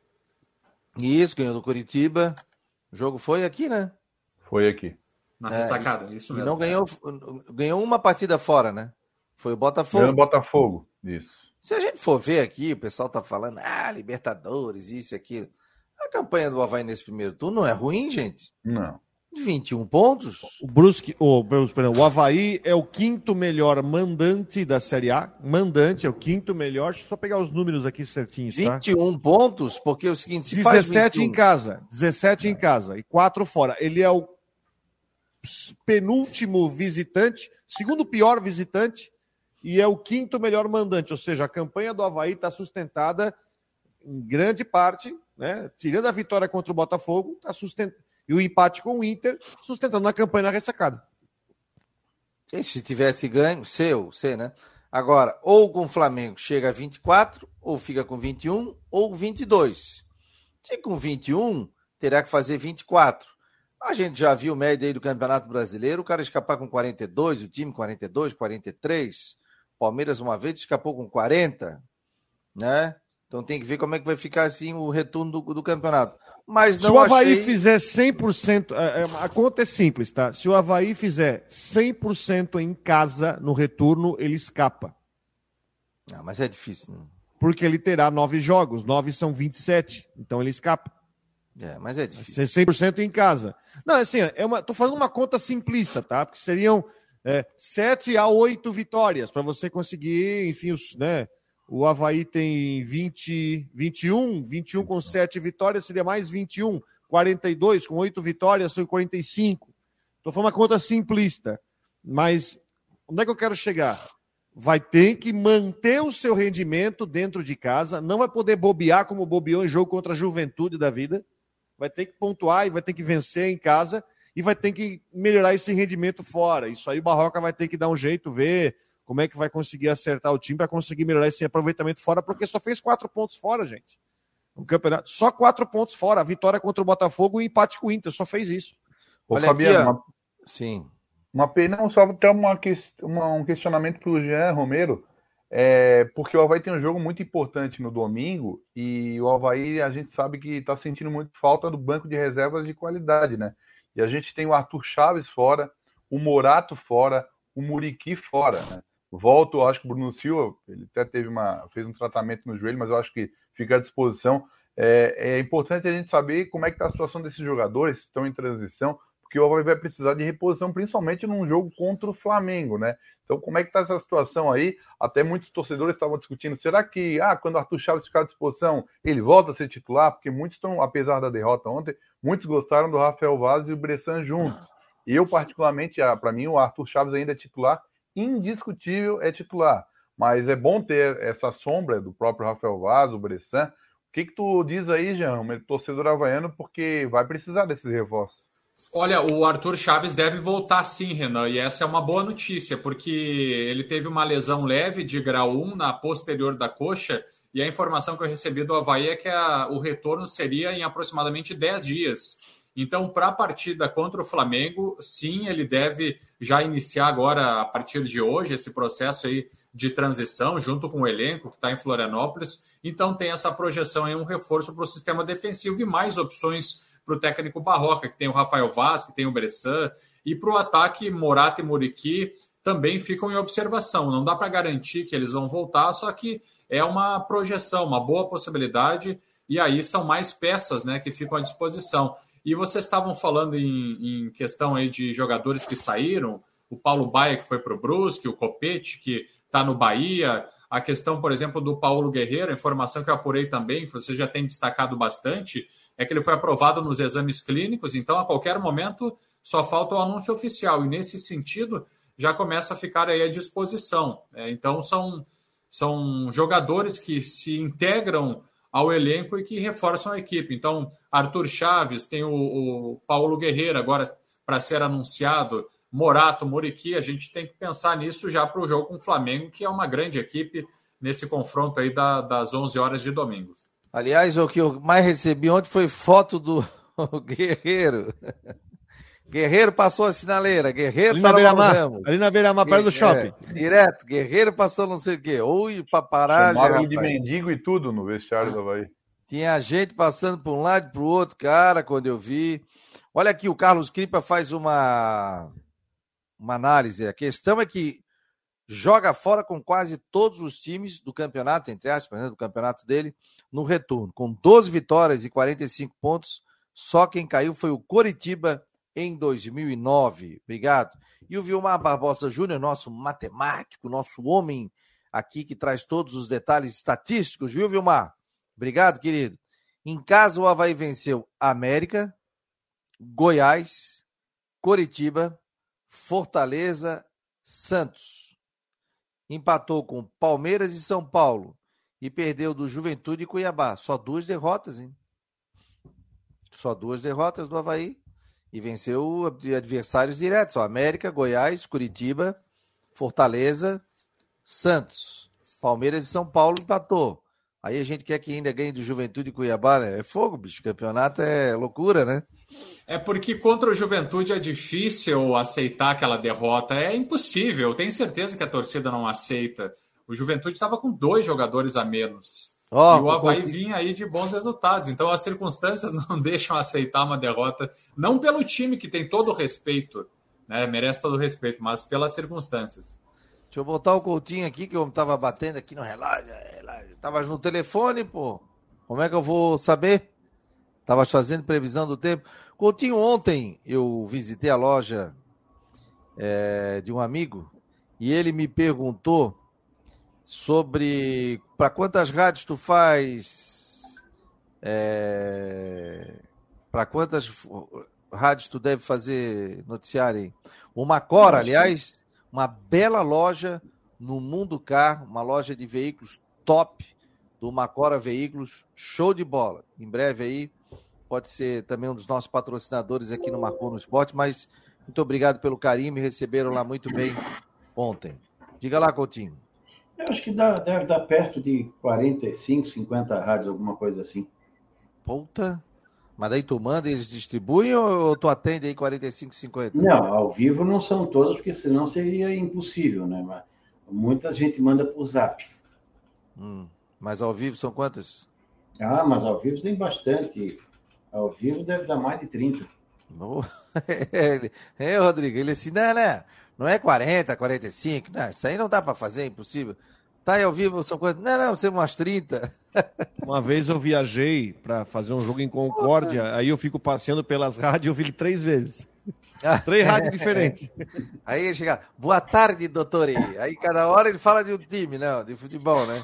Speaker 1: Isso, ganhou do Coritiba. O jogo foi aqui, né?
Speaker 4: Foi aqui.
Speaker 2: Na ressacada, isso mesmo.
Speaker 1: E não ganhou uma partida fora, né? Foi o Botafogo.
Speaker 4: Ganhou o Botafogo, isso.
Speaker 1: Se a gente for ver aqui, o pessoal tá falando, Libertadores, isso e aquilo. A campanha do Avaí nesse primeiro turno não é ruim, gente?
Speaker 4: Não.
Speaker 1: 21 pontos.
Speaker 3: O Avaí é o 5º melhor mandante da Série A. Mandante é o 5º melhor. Deixa eu só pegar os números aqui certinhos, tá?
Speaker 1: 21 pontos, porque é o seguinte, se
Speaker 3: 17
Speaker 1: faz 21...
Speaker 3: em casa. 17 em casa e 4 fora. Ele é o penúltimo visitante, segundo pior visitante, e é o 5º melhor mandante. Ou seja, a campanha do Avaí está sustentada em grande parte, né? Tirando a vitória contra o Botafogo, está sustentando. E o empate com o Inter, sustentando a campanha na ressacada.
Speaker 1: E se tivesse ganho, C, né? Agora, ou com o Flamengo chega a 24, ou fica com 21, ou 22. Se com 21, terá que fazer 24. A gente já viu média aí do Campeonato Brasileiro, o cara escapar com 42, o time 42, 43. Palmeiras uma vez escapou com 40, né? Então tem que ver como é que vai ficar assim o retorno do campeonato. Mas não
Speaker 3: Se o Avaí
Speaker 1: achei...
Speaker 3: fizer 100%, a conta é simples, tá? Se o Avaí fizer 100% em casa no retorno, ele escapa.
Speaker 1: Não, mas é difícil, né?
Speaker 3: Porque ele terá 9 jogos, 9 são 27, então ele escapa.
Speaker 1: Mas é difícil.
Speaker 3: 100% em casa. Não, assim, tô fazendo uma conta simplista, tá? Porque seriam 7 a 8 vitórias para você conseguir, enfim, né? O Avaí tem 21 com 7 vitórias, seria mais 21. 42 com 8 vitórias, são 45. Estou falando uma conta simplista. Mas onde é que eu quero chegar? Vai ter que manter o seu rendimento dentro de casa, não vai poder bobear como bobeou em jogo contra a Juventude da vida. Vai ter que pontuar e vai ter que vencer em casa e vai ter que melhorar esse rendimento fora. Isso aí o Barroca vai ter que dar um jeito, ver como é que vai conseguir acertar o time para conseguir melhorar esse aproveitamento fora, porque só fez 4 pontos fora, gente. No campeonato, só 4 pontos fora. A vitória contra o Botafogo e o empate com o Inter, só fez isso.
Speaker 1: Olha
Speaker 4: Fabiano,
Speaker 1: aqui, sim.
Speaker 4: Uma pena, só ter um questionamento para o Jean Romero, porque o Avaí tem um jogo muito importante no domingo e o Avaí, a gente sabe que está sentindo muito falta do banco de reservas de qualidade, né? E a gente tem o Arthur Chaves fora, o Morato fora, o Muriqui fora, né? Volto, acho que o Bruno Silva, ele até fez um tratamento no joelho, mas eu acho que fica à disposição. É importante a gente saber como é que está a situação desses jogadores que estão em transição, porque o Avaí vai precisar de reposição, principalmente num jogo contra o Flamengo, né? Então, como é que está essa situação aí? Até muitos torcedores estavam discutindo, será que, quando o Arthur Chaves ficar à disposição, ele volta a ser titular? Porque muitos estão, apesar da derrota ontem, muitos gostaram do Rafael Vaz e o Bressan juntos. E eu, particularmente, para mim, o Arthur Chaves ainda é titular, indiscutível é titular, mas é bom ter essa sombra do próprio Rafael Vaz, o Bressan. O que tu diz aí, Jean, torcedor havaiano, porque vai precisar desses reforços?
Speaker 2: Olha, o Arthur Chaves deve voltar sim, Renan, e essa é uma boa notícia, porque ele teve uma lesão leve de grau 1 na posterior da coxa, e a informação que eu recebi do Avaí é que o retorno seria em aproximadamente 10 dias. Então, para a partida contra o Flamengo, sim, ele deve já iniciar agora, a partir de hoje, esse processo aí de transição, junto com o elenco que está em Florianópolis. Então, tem essa projeção aí, um reforço para o sistema defensivo e mais opções para o técnico Barroca, que tem o Rafael Vaz, que tem o Bressan. E para o ataque, Morato e Muriqui também ficam em observação. Não dá para garantir que eles vão voltar, só que é uma projeção, uma boa possibilidade. E aí são mais peças, né, que ficam à disposição. E vocês estavam falando em questão aí de jogadores que saíram, o Paulo Baia, que foi para o Brusque, o Copete, que está no Bahia, A questão, por exemplo, do Paulo Guerreiro, a informação que eu apurei também, você já tem destacado bastante, é que ele foi aprovado nos exames clínicos, então a qualquer momento só falta o anúncio oficial, e nesse sentido já começa a ficar aí à disposição. Então são jogadores que se integram ao elenco e que reforçam a equipe. Então, Arthur Chaves, tem o Paulo Guerreiro agora para ser anunciado, Morato, Muriqui, a gente tem que pensar nisso já para o jogo com o Flamengo, que é uma grande equipe nesse confronto aí das 11 horas de domingo.
Speaker 1: Aliás, o que eu mais recebi ontem foi foto do Guerreiro. Guerreiro passou a sinaleira, Guerreiro
Speaker 3: ali
Speaker 1: tá
Speaker 3: na
Speaker 1: no
Speaker 3: beira-mar,
Speaker 1: Ramos.
Speaker 3: ali na beira-mar, perto do shopping.
Speaker 1: Direto, Guerreiro passou não sei o quê. Ui, paparazzi,
Speaker 4: Chamaram de mendigo e tudo no vestiário do Avaí.
Speaker 1: Tinha gente passando por um lado e para o outro, cara, quando eu vi. Olha aqui, o Carlos Cripa faz uma análise. A questão é que joga fora com quase todos os times do campeonato, entre aspas, né, do campeonato dele, no retorno. Com 12 vitórias e 45 pontos, só quem caiu foi o Coritiba em 2009. Obrigado. E o Vilmar Barbosa Júnior, nosso matemático, nosso homem aqui que traz todos os detalhes estatísticos, viu, Vilmar? Obrigado, querido. Em casa, o Avaí venceu América, Goiás, Coritiba, Fortaleza, Santos. Empatou com Palmeiras e São Paulo e perdeu do Juventude e Cuiabá. Só 2 derrotas, hein? Só 2 derrotas do Avaí. E venceu adversários diretos. América, Goiás, Curitiba, Fortaleza, Santos. Palmeiras e São Paulo empatou. Aí a gente quer que ainda ganhe do Juventude e Cuiabá, né? É fogo, bicho. O campeonato é loucura, né?
Speaker 2: É porque contra o Juventude é difícil aceitar aquela derrota. É impossível. Eu tenho certeza que a torcida não aceita. O Juventude estava com 2 jogadores a menos. E o Avaí vinha aí de bons resultados. Então as circunstâncias não deixam aceitar uma derrota. Não pelo time, que tem todo o respeito, né? Merece todo o respeito, mas pelas circunstâncias.
Speaker 1: Deixa eu botar o Coutinho aqui, que eu estava batendo aqui no relógio. Tava no telefone, pô. Como é que eu vou saber? Tava fazendo previsão do tempo. Coutinho, ontem eu visitei a loja de um amigo e ele me perguntou sobre para quantas rádios tu faz, para quantas rádios tu deve fazer noticiário aí. O Macora, aliás, uma bela loja no Mundo Car, uma loja de veículos top do Macora Veículos, show de bola. Em breve aí, pode ser também um dos nossos patrocinadores aqui no Marcou no Esporte, mas muito obrigado pelo carinho, me receberam lá muito bem ontem. Diga lá, Coutinho.
Speaker 5: Eu acho que deve dar perto de 45, 50 rádios, alguma coisa assim.
Speaker 1: Puta, mas daí tu manda e eles distribuem ou tu atende aí 45, 50?
Speaker 5: Não, ao vivo não são todos, porque senão seria impossível, né? Mas muita gente manda por zap.
Speaker 1: Mas ao vivo são quantas?
Speaker 5: Ah, mas ao vivo tem bastante. Ao vivo deve dar mais de 30.
Speaker 1: Rodrigo, ele assim, não é 40, 45, não, isso aí não dá para fazer, é impossível. Tá aí ao vivo, são quantas? Não, são umas 30.
Speaker 3: Uma vez eu viajei para fazer um jogo em Concórdia, aí eu fico passeando pelas rádios e eu vi ele 3 vezes. 3 rádios diferentes.
Speaker 1: Aí chega, boa tarde, doutor. Aí cada hora ele fala de um time, não, de futebol, né?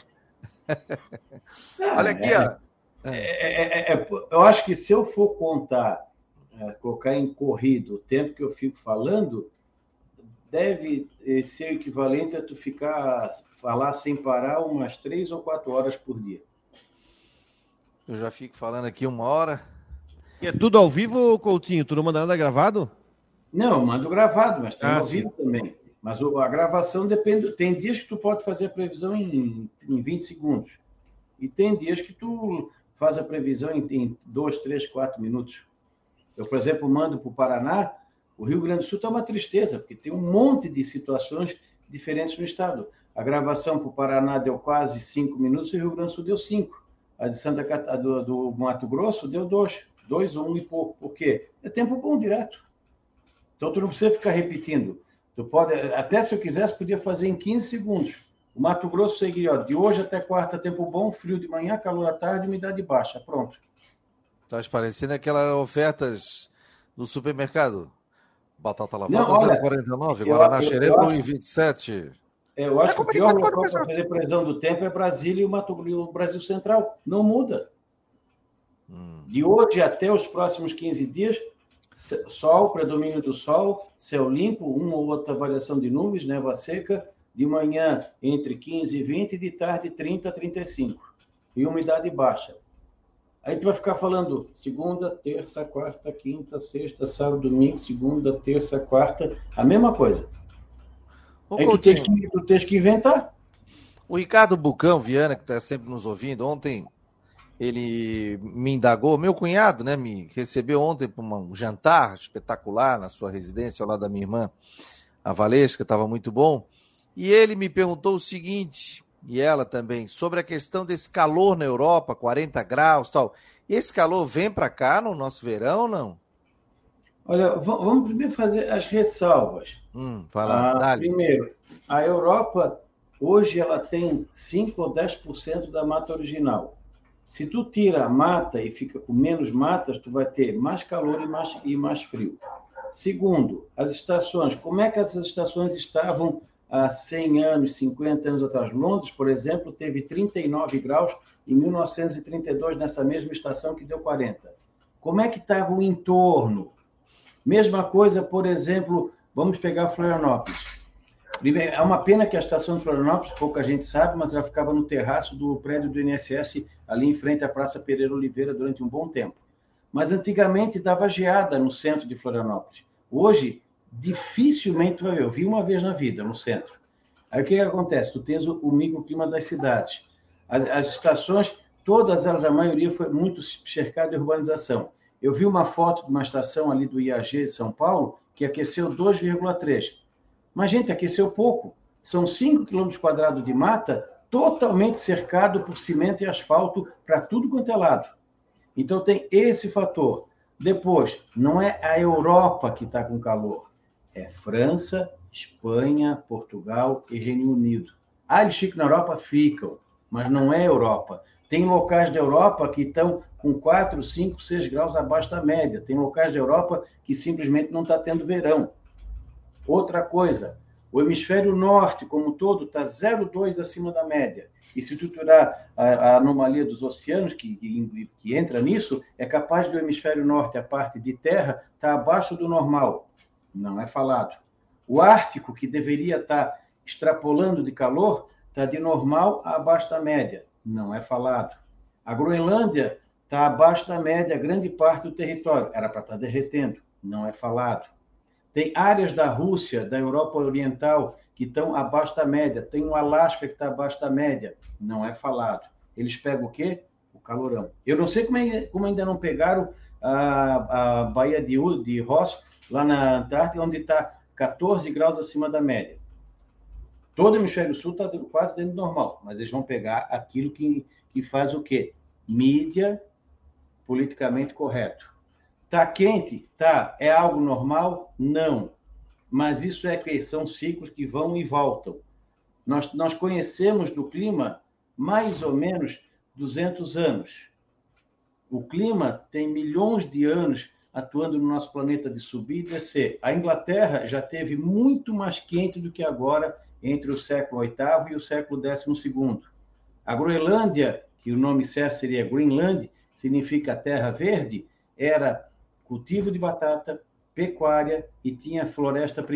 Speaker 1: Olha aqui, ó.
Speaker 5: Eu acho que se eu for colocar em corrido o tempo que eu fico falando, deve ser equivalente a tu falar sem parar umas 3 ou 4 horas por dia.
Speaker 1: Eu já fico falando aqui 1 hora.
Speaker 3: E é tudo ao vivo, Coutinho? Tu não manda nada gravado?
Speaker 5: Não, eu mando gravado, mas tem ao vivo também. Mas a gravação depende. Tem dias que tu pode fazer a previsão em 20 segundos. E tem dias que tu faz a previsão em 2, 3, 4 minutos. Eu, por exemplo, mando para o Paraná. O Rio Grande do Sul está uma tristeza, porque tem um monte de situações diferentes no estado. A gravação para o Paraná deu quase 5 minutos e o Rio Grande do Sul deu 5. A de Santa Catarina, do Mato Grosso, deu 2 ou 1 e pouco. Por quê? É tempo bom direto. Então, tu não precisa ficar repetindo. Tu pode, até se eu quisesse, podia fazer em 15 segundos. O Mato Grosso seguiria, de hoje até quarta, tempo bom, frio de manhã, calor à tarde, umidade baixa. Pronto.
Speaker 1: Estás parecendo aquelas ofertas do supermercado. Batata lavada,
Speaker 5: não, olha,
Speaker 1: 0,49, Guaraná Xereta, 1,27.
Speaker 5: Eu acho que o pior local para fazer previsão do tempo é Brasília e o Brasil Central. Não muda. De hoje até os próximos 15 dias, sol, predomínio do sol, céu limpo, uma ou outra variação de nuvens, névoa seca, de manhã entre 15 e 20, de tarde 30 a 35. E umidade baixa. Aí tu vai ficar falando segunda, terça, quarta, quinta, sexta, sábado, domingo, segunda, terça, quarta, a mesma coisa. Aí tu tens que inventar.
Speaker 1: O Ricardo Bucão Viana, que está sempre nos ouvindo, ontem ele me indagou, meu cunhado, né, me recebeu ontem para um jantar espetacular na sua residência, ao lado da minha irmã, a Valesca, estava muito bom, e ele me perguntou o seguinte, e ela também, sobre a questão desse calor na Europa, 40 graus e tal. Esse calor vem para cá no nosso verão ou não?
Speaker 5: Olha, vamos primeiro fazer as ressalvas.
Speaker 1: Vai lá,
Speaker 5: primeiro, a Europa, hoje, ela tem 5 ou 10% da mata original. Se tu tira a mata e fica com menos matas, tu vai ter mais calor e mais frio. Segundo, as estações. Como é que essas estações estavam há 100 anos, 50 anos atrás? Londres, por exemplo, teve 39 graus em 1932, nessa mesma estação que deu 40. Como é que estava o entorno? Mesma coisa, por exemplo, vamos pegar Florianópolis. É uma pena que a estação de Florianópolis, pouca gente sabe, mas ela ficava no terraço do prédio do INSS, ali em frente à Praça Pereira Oliveira, durante um bom tempo. Mas antigamente dava geada no centro de Florianópolis. Hoje, dificilmente tu vai ver. Eu vi uma vez na vida, no centro. Aí o que acontece? Tu tens o microclima das cidades. As estações, todas elas, a maioria, foi muito cercada de urbanização. Eu vi uma foto de uma estação ali do IAG de São Paulo, que aqueceu 2,3. Mas, gente, aqueceu pouco. São 5 km² de mata, totalmente cercado por cimento e asfalto para tudo quanto é lado. Então, tem esse fator. Depois, não é a Europa que está com calor. É França, Espanha, Portugal e Reino Unido. Eles ficam na Europa? Ficam. Mas não é Europa. Tem locais da Europa que estão com 4, 5, 6 graus abaixo da média. Tem locais da Europa que simplesmente não está tendo verão. Outra coisa, o hemisfério norte, como um todo, está 0,2 acima da média. E se tu tirar a anomalia dos oceanos, que entra nisso, é capaz do hemisfério norte, a parte de terra, estar abaixo do normal. Não é falado. O Ártico, que deveria estar extrapolando de calor, está de normal a abaixo da média. Não é falado. A Groenlândia está abaixo da média, grande parte do território. Era para estar derretendo. Não é falado. Tem áreas da Rússia, da Europa Oriental, que estão abaixo da média. Tem o Alasca que está abaixo da média. Não é falado. Eles pegam o quê? O calorão. Eu não sei como ainda não pegaram a Baía de Ross, lá na Antártida, onde está 14 graus acima da média. Todo o hemisfério sul está quase dentro do normal, mas eles vão pegar aquilo que faz o quê? Mídia politicamente correto. Está quente? Tá. É algo normal? Não. Mas isso são ciclos que vão e voltam. Nós conhecemos do clima mais ou menos 200 anos. O clima tem milhões de anos atuando no nosso planeta de subir e descer. A Inglaterra já teve muito mais quente do que agora, entre o século VIII e o século XII. A Groenlândia, que o nome certo seria Greenland, significa terra verde, era cultivo de batata, pecuária e tinha floresta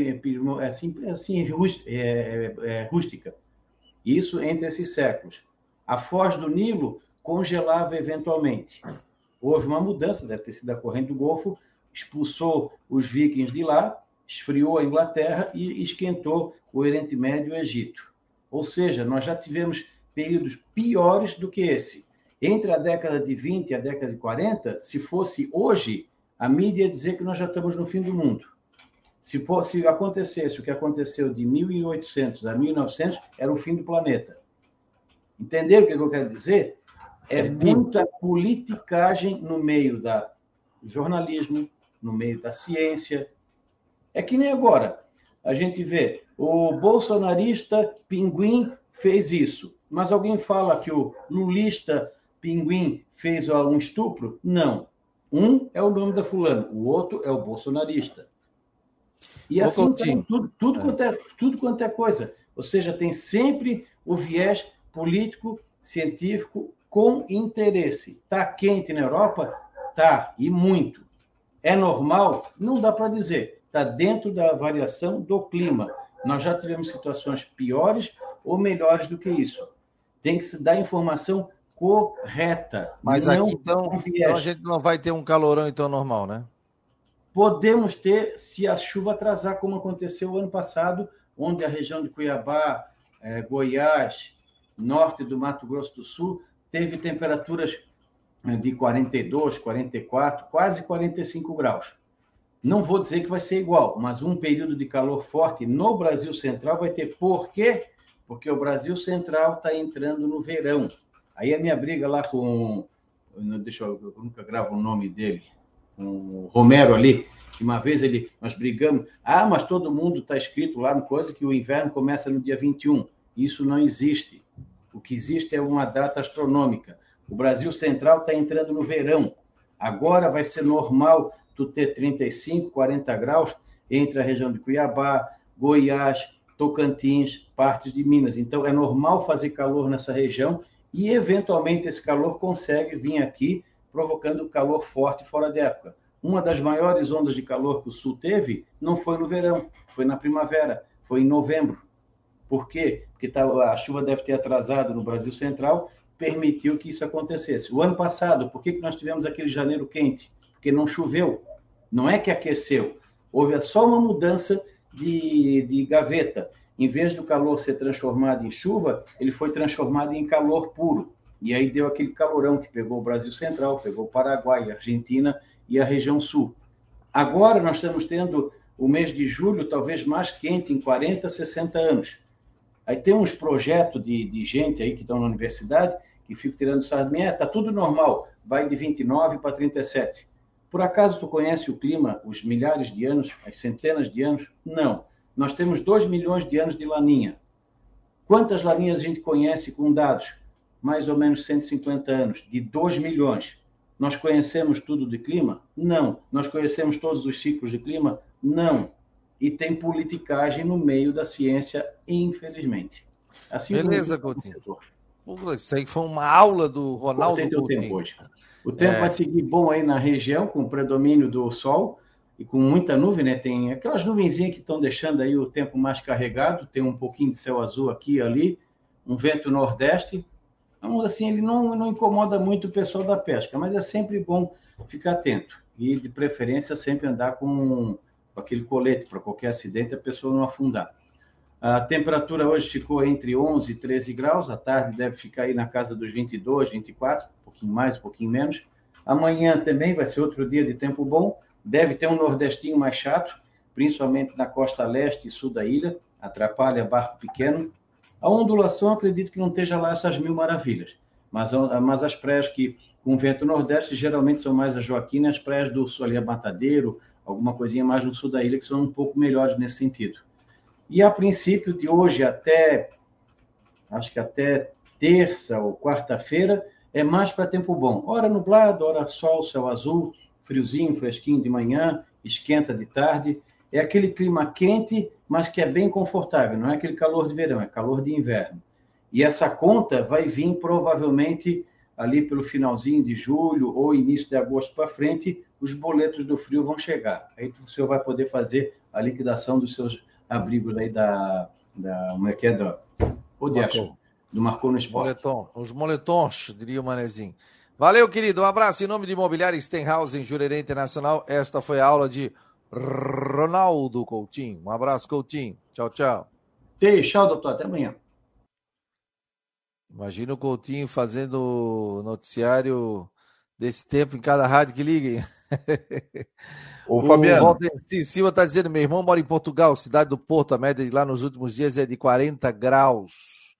Speaker 5: rústica. Isso entre esses séculos. A foz do Nilo congelava eventualmente. Houve uma mudança, deve ter sido a corrente do Golfo, expulsou os vikings de lá, esfriou a Inglaterra e esquentou o Oriente Médio e o Egito. Ou seja, nós já tivemos períodos piores do que esse. Entre a década de 20 e a década de 40, se fosse hoje, a mídia ia dizer que nós já estamos no fim do mundo. Se acontecesse o que aconteceu de 1800 a 1900, era o fim do planeta. Entenderam o que eu quero dizer? É muita politicagem no meio do jornalismo, no meio da ciência. É que nem agora. A gente vê, o bolsonarista Pinguim fez isso. Mas alguém fala que o lulista Pinguim fez um estupro? Não. Um é o nome da fulano, o outro é o bolsonarista. E assim, tudo quanto é coisa. Ou seja, tem sempre o viés político, científico, com interesse. Está quente na Europa? Tá, e muito. É normal? Não dá para dizer. Está dentro da variação do clima. Nós já tivemos situações piores ou melhores do que isso. Tem que se dar informação correta.
Speaker 1: Mas aqui, então a gente não vai ter um calorão então normal, né?
Speaker 5: Podemos ter, se a chuva atrasar, como aconteceu o ano passado, onde a região de Cuiabá, Goiás, norte do Mato Grosso do Sul, teve temperaturas de 42, 44, quase 45 graus. Não vou dizer que vai ser igual, mas um período de calor forte no Brasil Central vai ter. Por quê? Porque o Brasil Central está entrando no verão. Aí a minha briga lá com... eu nunca gravo o nome dele. Com o Romero ali, que uma vez nós brigamos. Mas todo mundo está escrito lá no coisa que o inverno começa no dia 21. Isso não existe. O que existe é uma data astronômica. O Brasil Central está entrando no verão. Agora vai ser normal tu ter 35, 40 graus entre a região de Cuiabá, Goiás, Tocantins, partes de Minas. Então, é normal fazer calor nessa região e, eventualmente, esse calor consegue vir aqui, provocando calor forte fora de época. Uma das maiores ondas de calor que o Sul teve não foi no verão, foi na primavera, foi em novembro. Por quê? Porque a chuva deve ter atrasado no Brasil Central, permitiu que isso acontecesse. O ano passado, por que nós tivemos aquele janeiro quente? Porque não choveu. Não é que aqueceu. Houve só uma mudança de gaveta. Em vez do calor ser transformado em chuva, ele foi transformado em calor puro. E aí deu aquele calorão que pegou o Brasil Central, pegou o Paraguai, a Argentina e a região sul. Agora nós estamos tendo o mês de julho talvez mais quente em 40, 60 anos. Aí tem uns projetos de gente aí que estão na universidade que ficam tirando sarro de mim, está tudo normal, vai de 29 para 37. Por acaso tu conhece o clima, os milhares de anos, as centenas de anos? Não. Nós temos 2 milhões de anos de laninha. Quantas laninhas a gente conhece com dados? Mais ou menos 150 anos, de 2 milhões. Nós conhecemos tudo de clima? Não. Nós conhecemos todos os ciclos de clima? Não. E tem politicagem no meio da ciência, infelizmente. Assim,
Speaker 1: beleza, Coutinho. Isso aí foi uma aula do Ronaldo Coutinho.
Speaker 5: Tempo hoje. O tempo vai seguir bom aí na região, com predomínio do sol e com muita nuvem, né? Tem aquelas nuvenzinhas que estão deixando aí o tempo mais carregado, tem um pouquinho de céu azul aqui e ali, um vento nordeste. Então, assim, ele não incomoda muito o pessoal da pesca, mas é sempre bom ficar atento. E, de preferência, sempre andar com aquele colete, para qualquer acidente a pessoa não afundar. A temperatura hoje ficou entre 11 e 13 graus, à tarde deve ficar aí na casa dos 22, 24, um pouquinho mais, um pouquinho menos. Amanhã também vai ser outro dia de tempo bom, deve ter um nordestinho mais chato, principalmente na costa leste e sul da ilha, atrapalha barco pequeno. A ondulação, acredito que não esteja lá essas mil maravilhas, mas as praias que com vento nordeste geralmente são mais a Joaquina e as praias do sul, ali a Matadeiro, alguma coisinha mais no sul da ilha, que são um pouco melhores nesse sentido. E a princípio de hoje acho que até terça ou quarta-feira, é mais para tempo bom. Hora nublado, hora sol, céu azul, friozinho, fresquinho de manhã, esquenta de tarde. É aquele clima quente, mas que é bem confortável. Não é aquele calor de verão, é calor de inverno. E essa conta vai vir provavelmente ali pelo finalzinho de julho ou início de agosto para frente, os boletos do frio vão chegar. Aí o senhor vai poder fazer a liquidação dos seus abrigos aí como é que é? Do Marcou no Esporte.
Speaker 1: Os moletons, diria o Manezinho. Valeu, querido. Um abraço em nome de Imobiliária Stenhouse em Jurerê Internacional. Esta foi a aula de Ronaldo Coutinho. Um abraço, Coutinho. Tchau, tchau.
Speaker 5: Tchau, doutor. Até amanhã.
Speaker 1: Imagina o Coutinho fazendo noticiário desse tempo em cada rádio que liguem.
Speaker 4: O Fabiano.
Speaker 1: Walter Silva está dizendo, meu irmão mora em Portugal, cidade do Porto, a média de lá nos últimos dias é de 40 graus.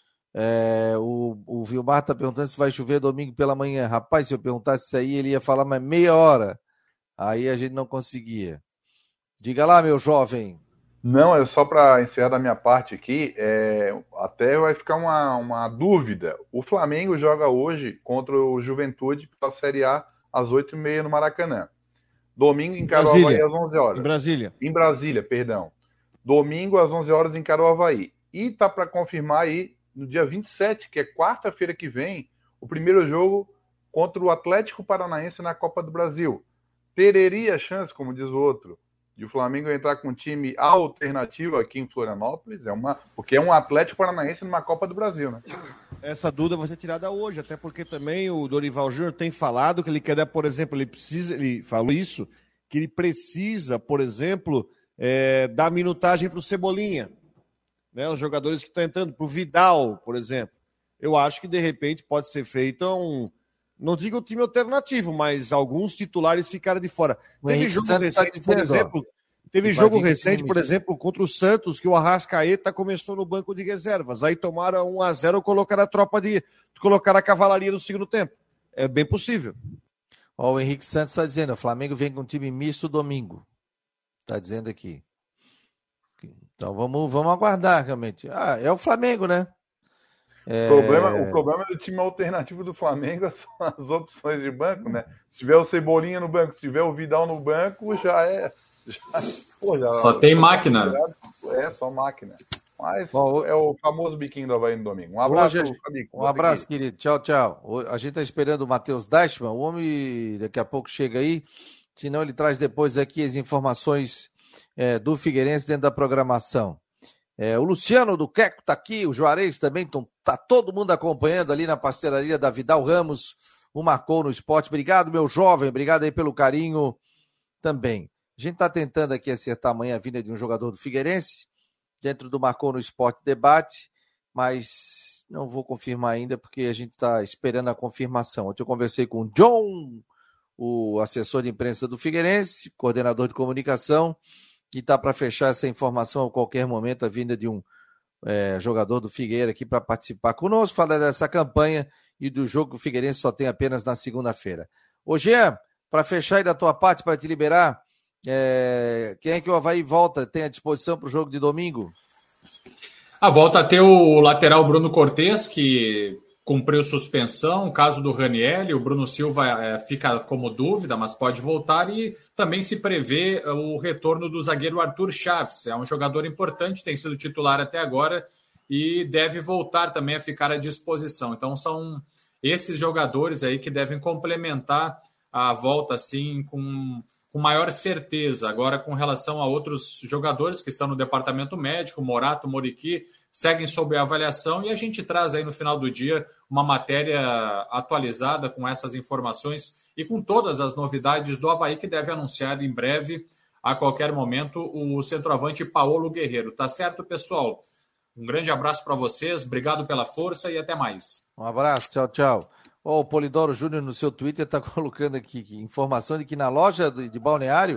Speaker 1: O Vilmar está perguntando se vai chover domingo pela manhã. Rapaz, se eu perguntasse isso aí, ele ia falar mais meia hora. Aí a gente não conseguia. Diga lá, meu jovem.
Speaker 4: Não, é só para encerrar da minha parte aqui, até vai ficar uma dúvida. O Flamengo joga hoje contra o Juventude pela Série A às 8h30 no Maracanã. Domingo encara o Avaí às 11 horas.
Speaker 3: Em Brasília.
Speaker 4: Em Brasília, perdão. Domingo às 11 horas encara o Avaí. E tá para confirmar aí no dia 27, que é quarta-feira que vem, o primeiro jogo contra o Atlético Paranaense na Copa do Brasil. Teria chance, como diz o outro, de o Flamengo entrar com um time alternativo aqui em Florianópolis, porque é um Atlético Paranaense numa Copa do Brasil, né?
Speaker 3: Essa dúvida vai ser tirada hoje, até porque também o Dorival Júnior tem falado que ele quer dar, por exemplo, ele falou isso, que ele precisa, por exemplo, dar minutagem para o Cebolinha, né? Os jogadores que estão entrando, para o Vidal, por exemplo. Eu acho que, de repente, pode ser feito não digo um time alternativo, mas alguns titulares ficaram de fora. Teve jogo recente, por exemplo, por exemplo, contra o Santos, que o Arrascaeta começou no banco de reservas. Aí tomaram 1-0, colocaram a cavalaria no segundo tempo. É bem possível.
Speaker 1: Ó, o Henrique Santos está dizendo, o Flamengo vem com um time misto domingo. Está dizendo aqui. Então vamos aguardar, realmente. É o Flamengo, né?
Speaker 4: O problema do time alternativo do Flamengo são as opções de banco, né? Se tiver o Cebolinha no banco, se tiver o Vidal no banco,
Speaker 2: só tem máquina.
Speaker 4: Só máquina. Mas é o famoso biquinho do Avaí no domingo. Um abraço,
Speaker 1: Um abraço, querido. Tchau, tchau. A gente está esperando o Matheus Deichmann. O homem daqui a pouco chega aí. Senão ele traz depois aqui as informações do Figueirense dentro da programação. O Luciano do Queco está aqui, o Juarez também, está todo mundo acompanhando ali na pastelaria da Vidal Ramos, o Marcou no Esporte. Obrigado, meu jovem, obrigado aí pelo carinho também. A gente está tentando aqui acertar amanhã a vinda de um jogador do Figueirense, dentro do Marcou no Esporte debate, mas não vou confirmar ainda, porque a gente está esperando a confirmação. Ontem eu conversei com o John, o assessor de imprensa do Figueirense, coordenador de comunicação, e está para fechar essa informação a qualquer momento, a vinda de um jogador do Figueira aqui para participar conosco, falar dessa campanha e do jogo que o Figueirense só tem apenas na segunda-feira. Ô Jean, para fechar aí da tua parte, para te liberar, quem é que o Avaí volta, tem à disposição para o jogo de domingo?
Speaker 2: Volta a ter o lateral Bruno Cortes, que cumpriu suspensão, o caso do Ranieri, o Bruno Silva fica como dúvida, mas pode voltar, e também se prevê o retorno do zagueiro Arthur Chaves, é um jogador importante, tem sido titular até agora e deve voltar também a ficar à disposição. Então são esses jogadores aí que devem complementar a volta assim com maior certeza. Agora, com relação a outros jogadores que estão no departamento médico, Morato, Moriqui, seguem sob avaliação, e a gente traz aí no final do dia uma matéria atualizada com essas informações e com todas as novidades do Avaí, que deve anunciar em breve, a qualquer momento, o centroavante Paulo Guerreiro. Tá certo, pessoal? Um grande abraço para vocês, obrigado pela força e até mais.
Speaker 1: Um abraço, tchau, tchau. O Polidoro Júnior no seu Twitter está colocando aqui informação de que na loja de Balneário,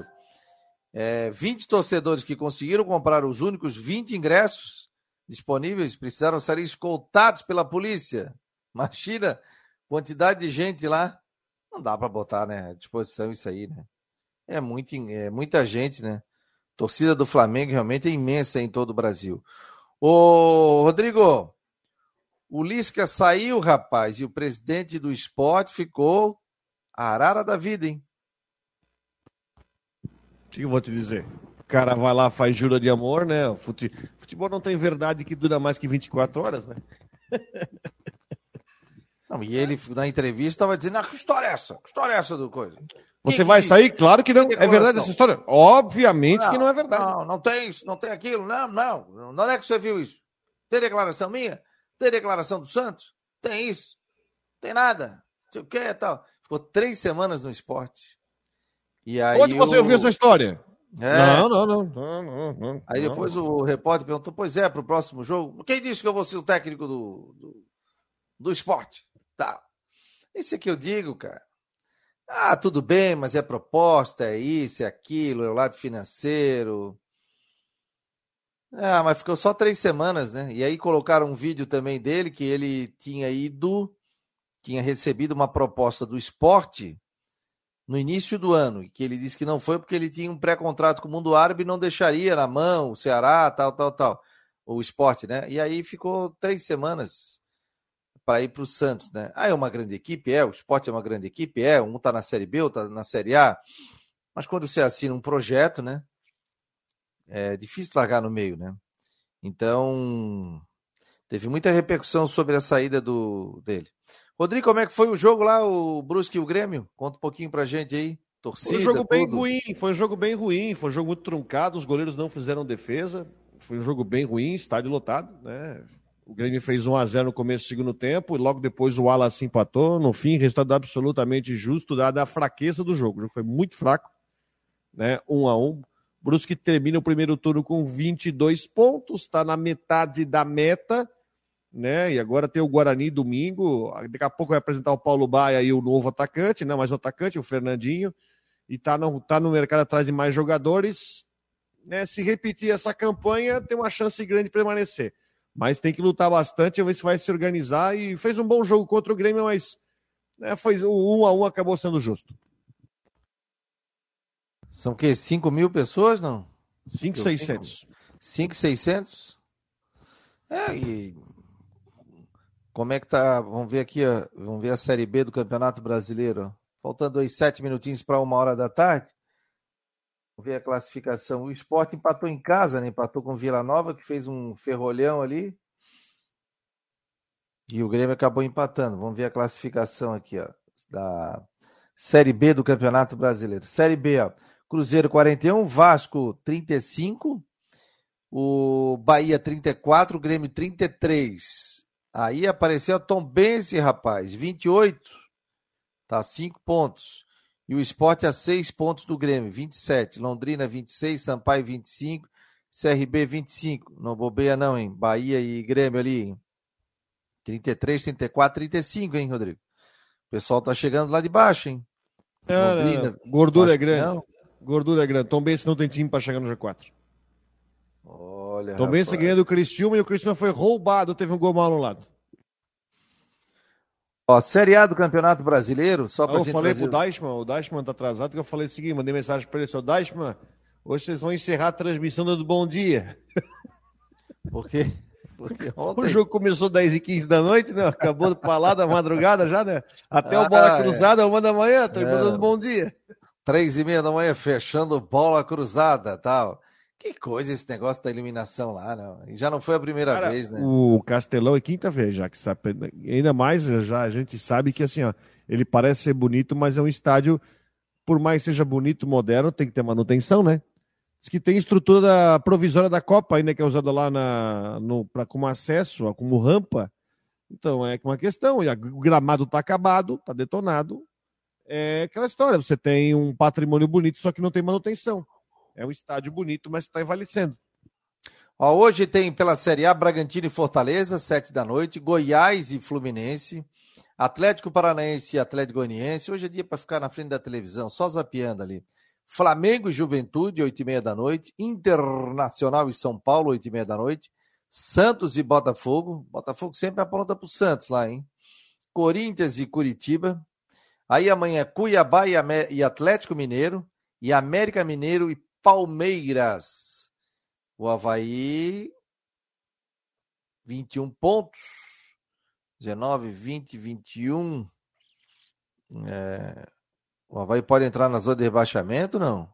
Speaker 1: 20 torcedores que conseguiram comprar os únicos 20 ingressos disponíveis precisaram ser escoltados pela polícia. Imagina quantidade de gente lá. Não dá para botar, né, à disposição isso aí, né? É muita gente, né? A torcida do Flamengo realmente é imensa em todo o Brasil. Ô, Rodrigo, o Lisca saiu, rapaz, e o presidente do Sport ficou a arara da vida, hein?
Speaker 3: O que eu vou te dizer? O cara vai lá, faz jura de amor, né? O futebol não tem verdade que dura mais que 24 horas, né?
Speaker 1: Não, e ele, na entrevista, estava dizendo, que história é essa? Que história é essa do coisa?
Speaker 3: Você vai sair? Claro que não. É verdade essa história? Obviamente que não é verdade.
Speaker 1: Não tem isso, não tem aquilo. Não. Onde é que você viu isso? Tem declaração minha? Tem declaração do Santos? Tem isso. Tem nada. Não sei o que e tal. Ficou 3 semanas no Sport. E aí
Speaker 3: onde você ouviu essa história?
Speaker 1: Não. Aí depois o repórter perguntou, pois para o próximo jogo, quem disse que eu vou ser o técnico do Sport? Tá. Isso é que eu digo, cara. Tudo bem, mas é proposta, é isso, é aquilo, é o lado financeiro. Mas ficou só 3 semanas, né? E aí colocaram um vídeo também dele, que ele tinha recebido uma proposta do Sport no início do ano, e que ele disse que não foi porque ele tinha um pré-contrato com o Mundo Árabe e não deixaria na mão o Ceará, tal, o Sport, né? E aí ficou 3 semanas para ir para o Santos, né? É uma grande equipe? O Sport é uma grande equipe? Um está na Série B, outro está na Série A, mas quando você assina um projeto, né? É difícil largar no meio, né? Então, teve muita repercussão sobre a saída dele. Rodrigo, como é que foi o jogo lá, o Brusque e o Grêmio? Conta um pouquinho pra gente aí. Torcida,
Speaker 3: foi um jogo bem
Speaker 1: tudo.
Speaker 3: ruim, foi um jogo muito truncado, os goleiros não fizeram defesa, foi um jogo bem ruim, estádio lotado, né? O Grêmio fez 1-0 no começo do segundo tempo, e logo depois o Wallace empatou, no fim, resultado absolutamente justo, dada a fraqueza do jogo. O jogo foi muito fraco, né? 1-1. Brusque termina o primeiro turno com 22 pontos, está na metade da meta, né? E agora tem o Guarani domingo, daqui a pouco vai apresentar o Paulo Baia e o novo atacante, né? Mais um atacante, o Fernandinho, e tá no mercado atrás de mais jogadores, né? Se repetir essa campanha, tem uma chance grande de permanecer. Mas tem que lutar bastante, ver se vai se organizar, e fez um bom jogo contra o Grêmio, mas né, o 1-1 acabou sendo justo.
Speaker 1: São o quê? 5 mil pessoas, não?
Speaker 3: 5.600.
Speaker 1: 5.600? E como é que tá? Vamos ver aqui, ó. Vamos ver a Série B do Campeonato Brasileiro. Faltando aí 7 minutinhos para 1h da tarde. Vamos ver a classificação. O Sport empatou em casa, né? Empatou com o Vila Nova, que fez um ferrolhão ali. E o Grêmio acabou empatando. Vamos ver a classificação aqui, ó, da Série B do Campeonato Brasileiro. Série B, ó. Cruzeiro 41, Vasco 35, o Bahia 34, o Grêmio 33. Aí apareceu a Tombense, rapaz, 28. Tá 5 pontos. E o Sport a 6 pontos do Grêmio, 27. Londrina 26, Sampaio 25, CRB 25. Não bobeia não, hein? Bahia e Grêmio ali, hein? 33, 34, 35, hein, Rodrigo? O pessoal tá chegando lá de baixo, hein?
Speaker 3: Londrina, gordura é grande. Não. Gordura é grande. Tombense não tem time para chegar no G4.
Speaker 1: Olha,
Speaker 3: Tombense ganhou do Criciúma, e o Criciúma foi roubado, teve um gol mal no lado.
Speaker 1: Ó, Série A do Campeonato Brasileiro, só pra
Speaker 3: gente falei pro Deichmann, o Deichmann tá atrasado, que eu falei o seguinte, mandei mensagem para ele, seu Deichmann, hoje vocês vão encerrar a transmissão do Bom Dia.
Speaker 1: Por quê? Porque ontem...
Speaker 3: O jogo começou 10h15 da noite, né? Acabou para lá da madrugada já, né? Até o Bola Cruzada, 1 da manhã, transmissão do Bom Dia.
Speaker 1: 3h30 da manhã, fechando Bola Cruzada, tal. Que coisa esse negócio da eliminação lá, não? E já não foi a primeira vez, né?
Speaker 3: O Castelão é quinta vez já que sabe, ainda mais já a gente sabe que assim, ó, ele parece ser bonito, mas é um estádio, por mais seja bonito, moderno, tem que ter manutenção, né? Diz que tem estrutura provisória da Copa ainda que é usada lá como acesso, como rampa. Então é uma questão, o gramado tá acabado, tá detonado. É aquela história, você tem um patrimônio bonito, só que não tem manutenção. É um estádio bonito, mas está envelhecendo.
Speaker 1: Ó, hoje tem pela Série A, Bragantino e Fortaleza, 7 da noite, Goiás e Fluminense, Atlético Paranaense e Atlético Goianiense. Hoje é dia para ficar na frente da televisão, só zapeando ali. Flamengo e Juventude, 8h30 da noite, Internacional e São Paulo, 8h30 da noite, Santos e Botafogo. Botafogo sempre apronta para o Santos lá, hein? Corinthians e Curitiba. Aí amanhã Cuiabá e Atlético Mineiro, e América Mineiro e Palmeiras. O Avaí, 21 pontos. 19, 20, 21. O Avaí pode entrar na zona de rebaixamento, não?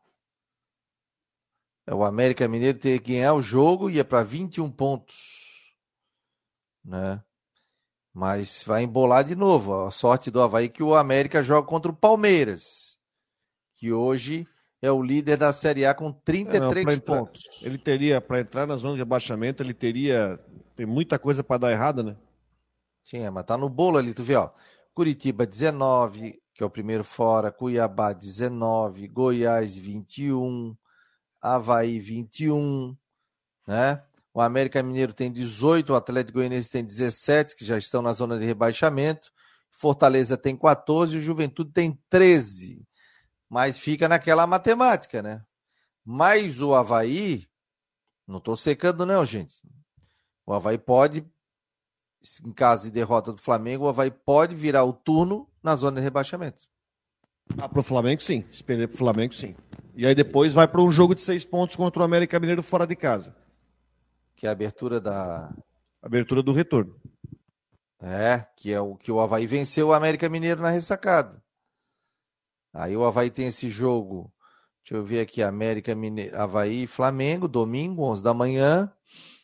Speaker 1: O América Mineiro tem que ganhar o jogo e é para 21 pontos. Né? Mas vai embolar de novo. A sorte do Avaí que o América joga contra o Palmeiras, que hoje é o líder da Série A com 33 pontos.
Speaker 3: Ele teria, para entrar na zona de rebaixamento, tem muita coisa para dar errada, né?
Speaker 1: Sim, mas tá no bolo ali, tu vê, ó. Curitiba 19, que é o primeiro fora, Cuiabá 19, Goiás 21, Avaí 21, né? O América Mineiro tem 18, o Atlético Goianiense tem 17, que já estão na zona de rebaixamento. Fortaleza tem 14 e o Juventude tem 13. Mas fica naquela matemática, né? Mas o Avaí, não estou secando não, gente. O Avaí pode, em caso de derrota do Flamengo, o Avaí pode virar o turno na zona de rebaixamento.
Speaker 3: Para o Flamengo, sim. Esperei para o Flamengo, sim. E aí depois vai para um jogo de 6 pontos contra o América Mineiro fora de casa.
Speaker 1: Que é a abertura da...
Speaker 3: Abertura do retorno.
Speaker 1: Que é o que o Avaí venceu o América Mineiro na ressacada. Aí o Avaí tem esse jogo, deixa eu ver aqui, América Mineiro, Avaí e Flamengo, domingo, 11 da manhã.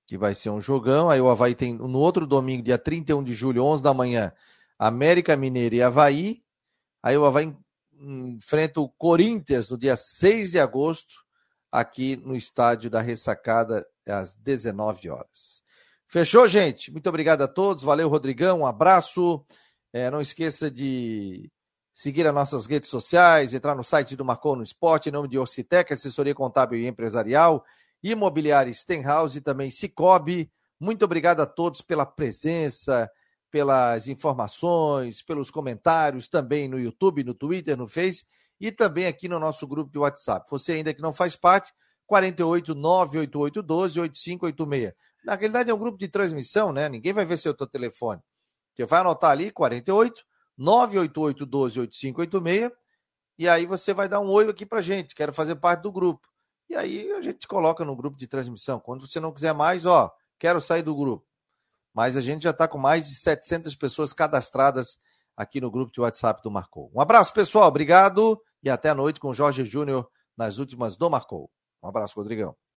Speaker 1: que vai ser um jogão. Aí o Avaí tem no outro domingo, dia 31 de julho, 11 da manhã, América Mineiro e Avaí. Aí o Avaí enfrenta o Corinthians no dia 6 de agosto, aqui no estádio da Ressacada, às 19 horas. Fechou, gente? Muito obrigado a todos. Valeu, Rodrigão. Um abraço. Não esqueça de seguir as nossas redes sociais, entrar no site do Marcou no Esporte, em nome de Orcitec, assessoria contábil e empresarial, Imobiliária Stenhouse e também Cicobi. Muito obrigado a todos pela presença, pelas informações, pelos comentários, também no YouTube, no Twitter, no Face e também aqui no nosso grupo de WhatsApp. Você ainda que não faz parte, 48988128586. Na realidade é um grupo de transmissão, né? Ninguém vai ver seu teu telefone. Você vai anotar ali, 48988128586, e aí você vai dar um oi aqui pra gente, quero fazer parte do grupo. E aí a gente te coloca no grupo de transmissão. Quando você não quiser mais, quero sair do grupo. Mas a gente já está com mais de 700 pessoas cadastradas aqui no grupo de WhatsApp do Marcou. Um abraço, pessoal. Obrigado e até a noite com o Jorge Júnior nas últimas do Marcou. Um abraço, Rodrigão.